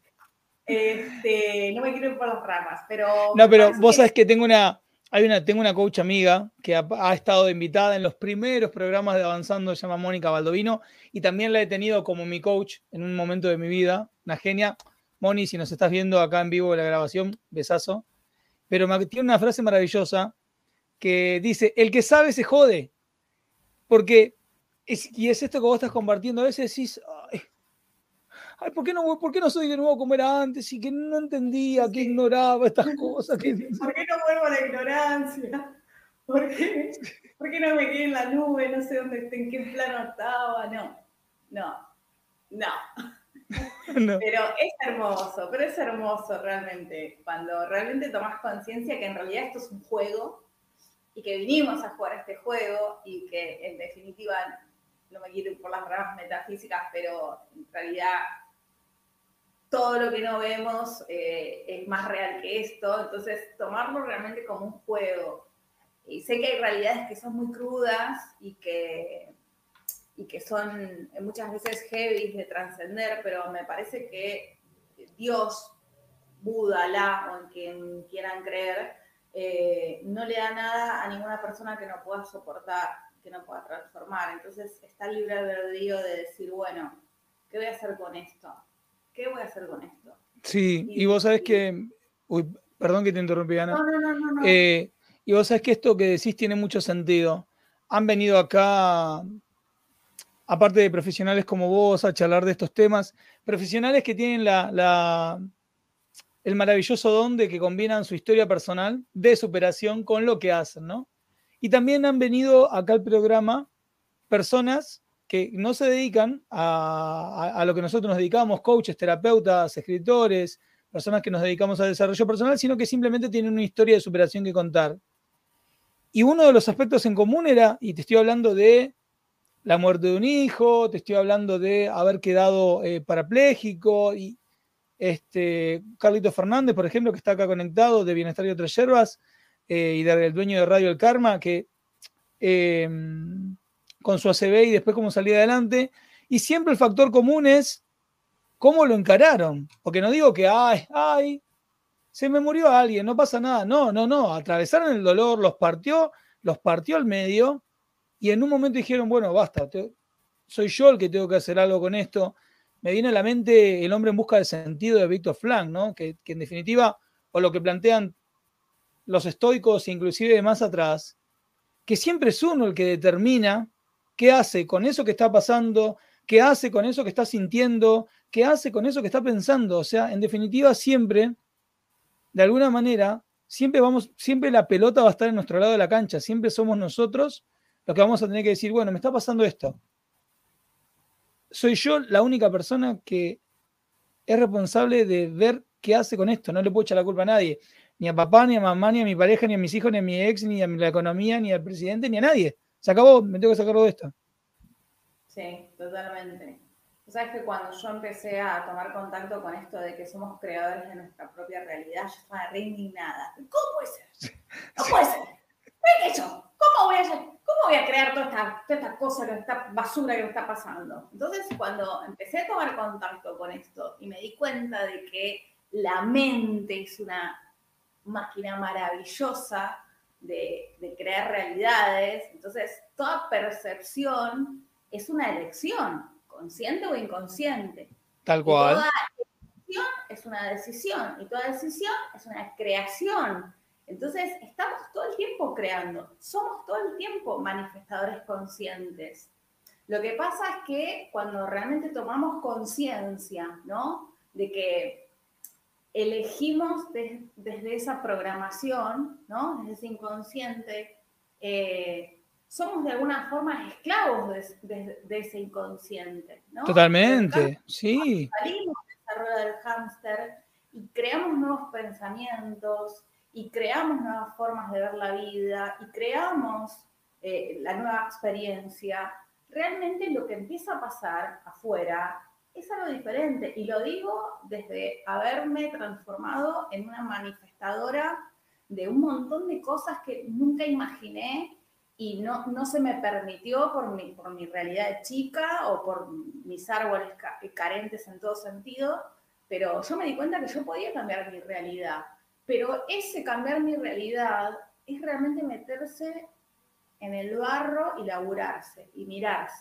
[SPEAKER 2] Este, no me quiero ir por las ramas, pero...
[SPEAKER 1] No, pero vos que... sabés que tengo una, hay una, tengo una coach amiga que ha, ha estado invitada en los primeros programas de Avanzando, se llama Mónica Baldovino, y también la he tenido como mi coach en un momento de mi vida, una genia. Moni, si nos estás viendo acá en vivo la grabación, besazo. Pero me, tiene una frase maravillosa que dice, el que sabe se jode. Porque, es, y es esto que vos estás compartiendo, a veces decís, ay, ay, ¿por qué no, ¿por qué no soy de nuevo como era antes? Y que no entendía, sí. que ignoraba estas cosas. Que...
[SPEAKER 2] ¿Por qué no vuelvo a la ignorancia? ¿Por qué, ¿Por qué no me quedé en la nube? No sé dónde, en qué plano estaba. No, no, no. No. Pero es hermoso, pero es hermoso realmente, cuando realmente tomás conciencia que en realidad esto es un juego y que vinimos a jugar este juego y que en definitiva, no me quiero ir por las ramas metafísicas, pero en realidad todo lo que no vemos eh, es más real que esto, entonces tomarlo realmente como un juego. Y sé que hay realidades que son muy crudas y que... y que son muchas veces heavy de trascender, pero me parece que Dios, Buda, Alá, o en quien quieran creer, eh, no le da nada a ninguna persona que no pueda soportar, que no pueda transformar. Entonces está el libre albedrío de decir, bueno, ¿qué voy a hacer con esto? ¿Qué voy a hacer con esto?
[SPEAKER 1] Sí, y, y vos sabés y... que... Uy, perdón que te interrumpí, Ana.
[SPEAKER 2] No, no, no, no. no.
[SPEAKER 1] Eh, y vos sabés que esto que decís tiene mucho sentido. Han venido acá... aparte de profesionales como vos, a charlar de estos temas, profesionales que tienen la, la, el maravilloso don de que combinan su historia personal de superación con lo que hacen, ¿no? Y también han venido acá al programa personas que no se dedican a, a, a lo que nosotros nos dedicamos, coaches, terapeutas, escritores, personas que nos dedicamos al desarrollo personal, sino que simplemente tienen una historia de superación que contar. Y uno de los aspectos en común era, y te estoy hablando de la muerte de un hijo, te estoy hablando de haber quedado eh, parapléjico, y este, Carlito Fernández, por ejemplo, que está acá conectado, de Bienestar y Otras Yerbas, eh, y del dueño de Radio El Karma, que eh, con su A C V y después cómo salía adelante, y siempre el factor común es cómo lo encararon, porque no digo que, ay, ay, se me murió alguien, no pasa nada, no, no, no, atravesaron el dolor, los partió, los partió al medio, y en un momento dijeron, bueno, basta, te, soy yo el que tengo que hacer algo con esto. Me viene a la mente El hombre en busca del sentido de Viktor Frankl, ¿no? Que, que en definitiva, o lo que plantean los estoicos, inclusive de más atrás, que siempre es uno el que determina qué hace con eso que está pasando, qué hace con eso que está sintiendo, qué hace con eso que está pensando. O sea, en definitiva, siempre, de alguna manera, siempre, vamos, siempre la pelota va a estar en nuestro lado de la cancha, siempre somos nosotros lo que vamos a tener que decir, bueno, me está pasando esto. Soy yo la única persona que es responsable de ver qué hace con esto. No le puedo echar la culpa a nadie. Ni a papá, ni a mamá, ni a mi pareja, ni a mis hijos, ni a mi ex, ni a la economía, ni al presidente, ni a nadie. Se acabó, me tengo que sacar de esto.
[SPEAKER 2] Sí, totalmente. O sea, es que cuando yo empecé a tomar contacto con esto de que somos creadores de nuestra propia realidad, yo estaba re indignada. ¿Cómo puede ser? No puede ser. ¿qué yo? ¿Cómo voy a, cómo voy a crear toda esta, toda esta cosa, toda esta basura que me está pasando? Entonces, cuando empecé a tomar contacto con esto y me di cuenta de que la mente es una máquina maravillosa de, de crear realidades, entonces toda percepción es una elección, consciente o inconsciente.
[SPEAKER 1] Tal cual.
[SPEAKER 2] Y toda elección es una decisión, y toda decisión es una creación. Entonces, estamos todo el tiempo creando, somos todo el tiempo manifestadores conscientes. Lo que pasa es que cuando realmente tomamos conciencia, ¿no? De que elegimos de, desde esa programación, ¿no? Desde ese inconsciente, eh, somos de alguna forma esclavos de, de, de ese inconsciente, ¿no?
[SPEAKER 1] Totalmente, sí.
[SPEAKER 2] Salimos de esa rueda del hámster y creamos nuevos pensamientos, y creamos nuevas formas de ver la vida, y creamos eh, la nueva experiencia. Realmente lo que empieza a pasar afuera es algo diferente, y lo digo desde haberme transformado en una manifestadora de un montón de cosas que nunca imaginé y no, no se me permitió por mi, por mi realidad de chica o por mis árboles ca carentes en todo sentido, pero yo me di cuenta que yo podía cambiar mi realidad. Pero ese cambiar mi realidad es realmente meterse en el barro y laburarse y mirarse.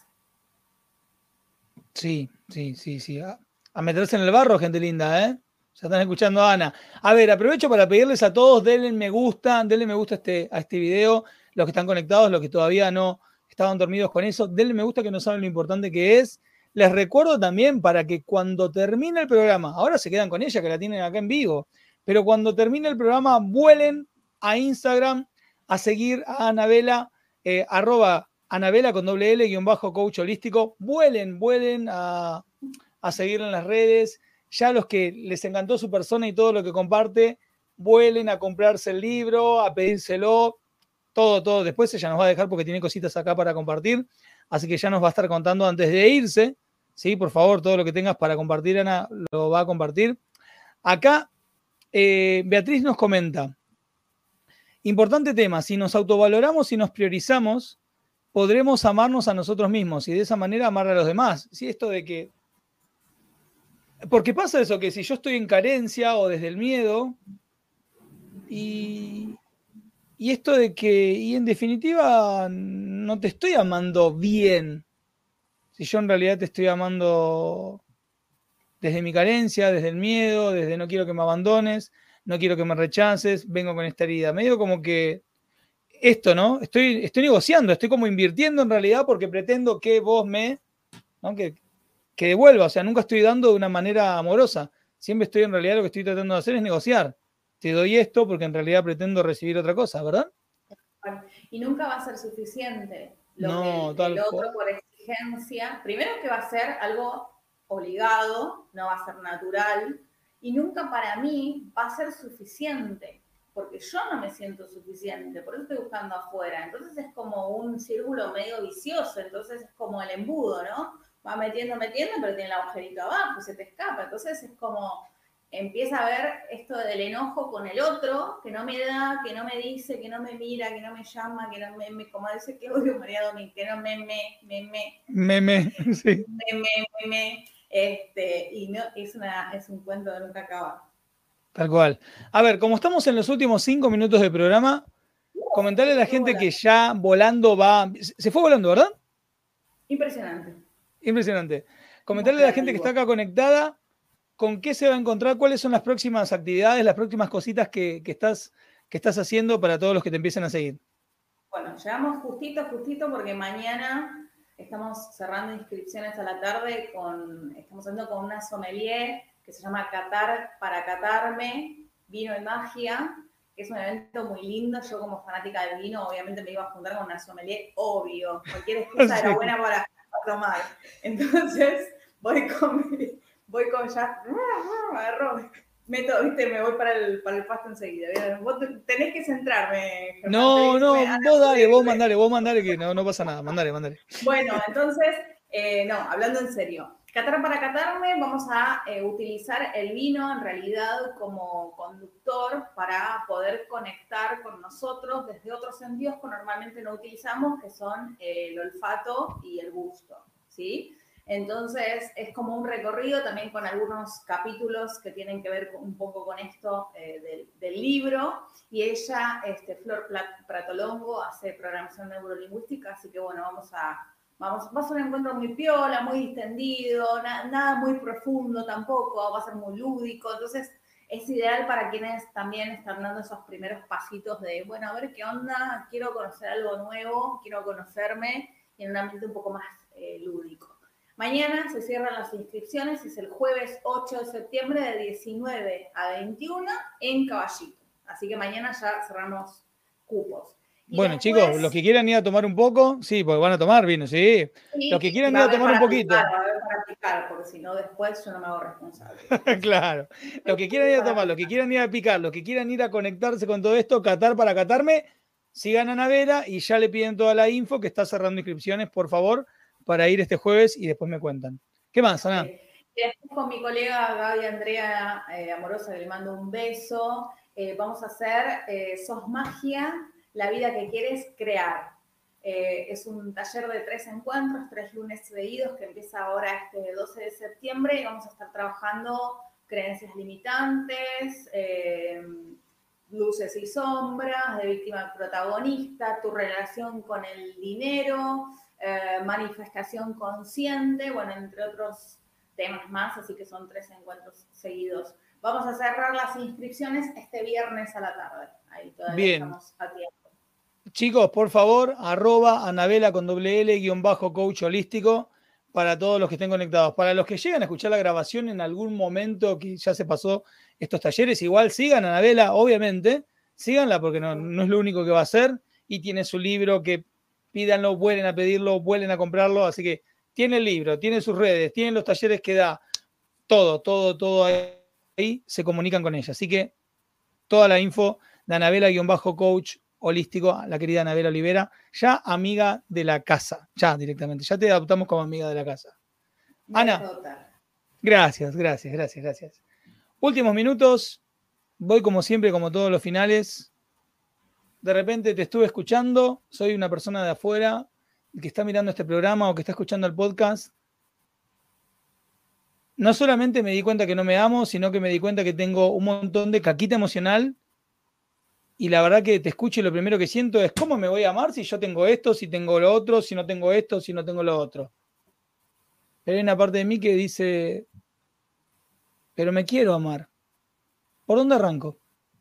[SPEAKER 1] Sí, sí, sí, sí. A, a meterse en el barro, gente linda, ¿eh? Ya están escuchando a Ana. A ver, aprovecho para pedirles a todos, denle me gusta, denle me gusta a este, a este video, los que están conectados, los que todavía no estaban dormidos con eso, denle me gusta que no saben lo importante que es. Les recuerdo también para que cuando termine el programa, ahora se quedan con ella, que la tienen acá en vivo, pero cuando termine el programa, vuelen a Instagram a seguir a Anabela, eh, arroba Anabela con doble L, guión bajo coach holístico. Vuelen, vuelen a, a seguirla en las redes. Ya los que les encantó su persona y todo lo que comparte, vuelen a comprarse el libro, a pedírselo, todo, todo. Después ella nos va a dejar porque tiene cositas acá para compartir, así que ya nos va a estar contando antes de irse. Sí, por favor, todo lo que tengas para compartir, Ana, lo va a compartir. Acá Eh, Beatriz nos comenta, importante tema, si nos autovaloramos y nos priorizamos, podremos amarnos a nosotros mismos y de esa manera amar a los demás. ¿Sí? Esto de que, porque pasa eso, que si yo estoy en carencia o desde el miedo, y, y esto de que, y en definitiva, no te estoy amando bien, si yo en realidad te estoy amando desde mi carencia, desde el miedo, desde no quiero que me abandones, no quiero que me rechaces, vengo con esta herida. Medio como que esto, ¿no? Estoy, estoy negociando, estoy como invirtiendo en realidad porque pretendo que vos me, ¿no? que, que devuelva, o sea, nunca estoy dando de una manera amorosa. Siempre estoy en realidad lo que estoy tratando de hacer es negociar. Te doy esto porque en realidad pretendo recibir otra cosa, ¿verdad?
[SPEAKER 2] Y nunca va a ser suficiente. Lo
[SPEAKER 1] no,
[SPEAKER 2] que el, el otro
[SPEAKER 1] cual.
[SPEAKER 2] por exigencia, primero que va a ser algo obligado, no va a ser natural, y nunca para mí va a ser suficiente, porque yo no me siento suficiente, por eso estoy buscando afuera. Entonces es como un círculo medio vicioso, entonces es como el embudo, ¿no? Va metiendo, metiendo, pero tiene el agujerito abajo, se te escapa. Entonces es como, empieza a ver esto del enojo con el otro, que no me da, que no me dice, que no me mira, que no me llama, que no me, me como dice Claudio María Domínguez, que no me, me, me, me.
[SPEAKER 1] Me, me, sí.
[SPEAKER 2] Me, me, me, me. Este, y no, es, una, es un cuento de nunca acabar.
[SPEAKER 1] Tal cual. A ver, como estamos en los últimos cinco minutos del programa, uh, comentarle a la gente volando. Que ya volando va... Se fue volando, ¿verdad?
[SPEAKER 2] Impresionante.
[SPEAKER 1] Impresionante. Comentarle a la gente que está acá conectada con qué se va a encontrar, cuáles son las próximas actividades, las próximas cositas que, que, estás, que estás haciendo para todos los que te empiecen a seguir.
[SPEAKER 2] Bueno, llegamos justito, justito, porque mañana estamos cerrando inscripciones a la tarde, con, estamos haciendo con una sommelier que se llama Catar para Catarme, Vino y Magia, que es un evento muy lindo. Yo como fanática del vino, obviamente me iba a juntar con una sommelier, obvio. Cualquier excusa sí. era buena para, para tomar. Entonces, voy con, voy con ya, agarro, meto, viste, me voy para el, para el pasto enseguida. ¿Vieron? Vos tenés que centrarme.
[SPEAKER 1] Germán, no, no, vos dale, vos mandale, vos mandale, que no, no pasa nada. Mandale, mandale.
[SPEAKER 2] Bueno, entonces, eh, no, hablando en serio. Catar para catarme, vamos a eh, utilizar el vino en realidad como conductor para poder conectar con nosotros desde otros sentidos que normalmente no utilizamos, que son eh, el olfato y el gusto, ¿sí? Entonces es como un recorrido también con algunos capítulos que tienen que ver con, un poco con esto eh, del, del libro. Y ella, este, Flor Pratolongo, hace programación neurolingüística, así que bueno, vamos a... Vamos, va a ser un encuentro muy piola, muy distendido, na, nada muy profundo tampoco, va a ser muy lúdico, entonces es ideal para quienes también están dando esos primeros pasitos de, bueno, a ver qué onda, quiero conocer algo nuevo, quiero conocerme y en un ambiente un poco más eh, lúdico. Mañana se cierran las inscripciones, es el jueves ocho de septiembre de diecinueve a veintiuno en Caballito, así que mañana ya cerramos cupos.
[SPEAKER 1] Y bueno, después, chicos, los que quieran ir a tomar un poco, sí, porque van a tomar vino, sí. sí los que quieran ir a, a tomar un poquito.
[SPEAKER 2] Picar, va a haber para picar, porque si no después yo no me hago responsable.
[SPEAKER 1] Claro. Los que quieran ir a tomar, los que quieran ir a picar, los que quieran ir a conectarse con todo esto, catar para catarme, sigan a Navera y ya le piden toda la info que está cerrando inscripciones, por favor, para ir este jueves y después me cuentan. ¿Qué más, Ana?
[SPEAKER 2] Okay. Después con mi colega Gaby Andrea eh, Amorosa, que le mando un beso, eh, vamos a hacer eh, Sos Magia, la vida que quieres crear. Eh, es un taller de tres encuentros, tres lunes seguidos, que empieza ahora este doce de septiembre y vamos a estar trabajando creencias limitantes, eh, luces y sombras, de víctima protagonista, tu relación con el dinero, eh, manifestación consciente, bueno, entre otros temas más, así que son tres encuentros seguidos. Vamos a cerrar las inscripciones este viernes a la tarde. Ahí todavía Bien. Estamos a tiempo.
[SPEAKER 1] Chicos, por favor, arroba Anabela con doble L, guión bajo coach holístico, para todos los que estén conectados. Para los que llegan a escuchar la grabación en algún momento que ya se pasó estos talleres, igual sigan a Anabela, obviamente, síganla porque no, no es lo único que va a hacer y tiene su libro, que pídanlo, vuelen a pedirlo, vuelen a comprarlo, así que tiene el libro, tiene sus redes, tiene los talleres que da, todo, todo, todo ahí, se comunican con ella. Así que toda la info de Anabela-coach holístico, la querida Anabela Olivera, ya amiga de la casa, ya directamente, ya te adoptamos como amiga de la casa. Ana, gracias, gracias, gracias, gracias. Últimos minutos, voy como siempre, como todos los finales. De repente te estuve escuchando, soy una persona de afuera que está mirando este programa o que está escuchando el podcast. No solamente me di cuenta que no me amo, sino que me di cuenta que tengo un montón de caquita emocional. Y la verdad que te escucho y lo primero que siento es ¿cómo me voy a amar si yo tengo esto, si tengo lo otro, si no tengo esto, si no tengo lo otro? Pero hay una parte de mí que dice, pero me quiero amar. ¿Por dónde arranco?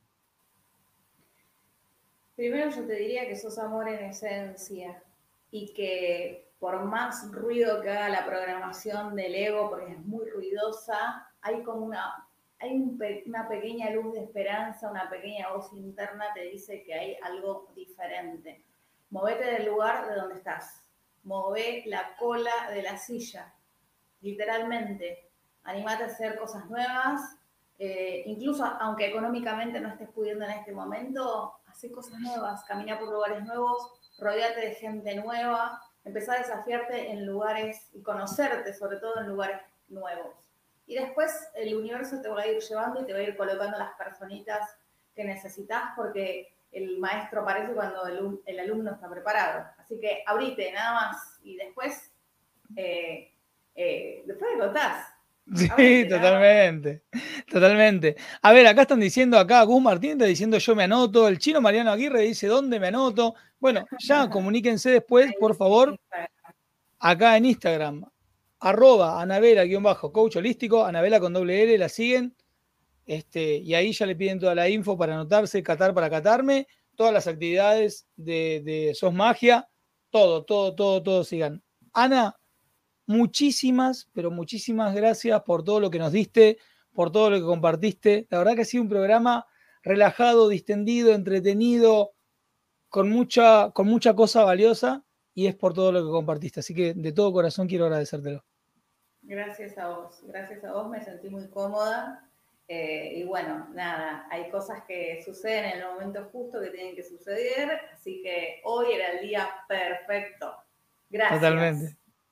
[SPEAKER 2] Primero yo te diría que sos amor en esencia y que por más ruido que haga la programación del ego, porque es muy ruidosa, hay como una... hay un pe una pequeña luz de esperanza, una pequeña voz interna te dice que hay algo diferente. Movete del lugar de donde estás. Move la cola de la silla. Literalmente. Animate a hacer cosas nuevas. Eh, incluso aunque económicamente no estés pudiendo en este momento, hacer cosas nuevas. Camina por lugares nuevos. Rodeate de gente nueva. Empezá a desafiarte en lugares y conocerte, sobre todo en lugares nuevos. Y después el universo te va a ir llevando y te va a ir colocando las personitas que necesitas porque el maestro aparece cuando el, el alumno está preparado. Así que abrite, nada más. Y después, eh, eh, después me contás.
[SPEAKER 1] Sí, abrite, totalmente, totalmente. A ver, acá están diciendo, acá Gus Martín está diciendo yo me anoto, el chino Mariano Aguirre dice ¿dónde me anoto? Bueno, ya comuníquense después, por favor, acá en Instagram. Arroba Anabela-coach holístico, Anabela con doble L, la siguen, este, y ahí ya le piden toda la info para anotarse, catar para catarme, todas las actividades de, de Sos Magia, todo, todo, todo, todo sigan. Ana, muchísimas, pero muchísimas gracias por todo lo que nos diste, por todo lo que compartiste. La verdad que ha sido un programa relajado, distendido, entretenido, con mucha, con mucha cosa valiosa, y es por todo lo que compartiste. Así que de todo corazón quiero agradecértelo.
[SPEAKER 2] Gracias a vos, gracias a vos, me sentí muy cómoda. Eh, y bueno, nada, hay cosas que suceden en el momento justo que tienen que suceder, así que hoy era el día perfecto. Gracias.
[SPEAKER 1] Totalmente.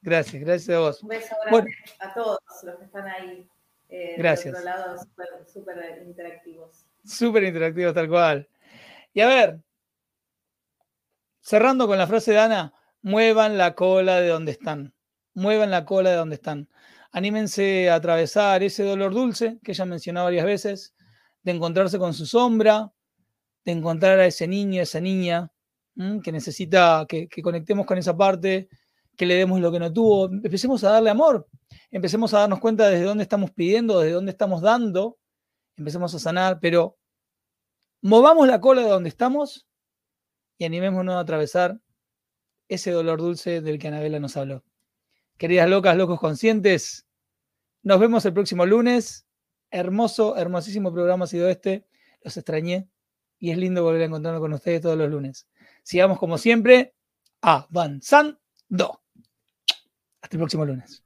[SPEAKER 1] Gracias, gracias a vos.
[SPEAKER 2] Un beso grande bueno, a todos los que están ahí. Eh,
[SPEAKER 1] gracias.
[SPEAKER 2] De otro lado, súper super interactivos.
[SPEAKER 1] Súper interactivos, tal cual. Y a ver, cerrando con la frase de Ana, muevan la cola de donde están. Muevan la cola de donde están. Anímense a atravesar ese dolor dulce que ella mencionó varias veces, de encontrarse con su sombra, de encontrar a ese niño, a esa niña, ¿m? que necesita que, que conectemos con esa parte, que le demos lo que no tuvo. Empecemos a darle amor, empecemos a darnos cuenta desde dónde estamos pidiendo, desde dónde estamos dando, empecemos a sanar, pero movamos la cola de donde estamos y animémonos a atravesar ese dolor dulce del que Anabela nos habló. Queridas locas, locos conscientes, nos vemos el próximo lunes. Hermoso, hermosísimo programa ha sido este. Los extrañé y es lindo volver a encontrarnos con ustedes todos los lunes. Sigamos como siempre avanzando. Hasta el próximo lunes.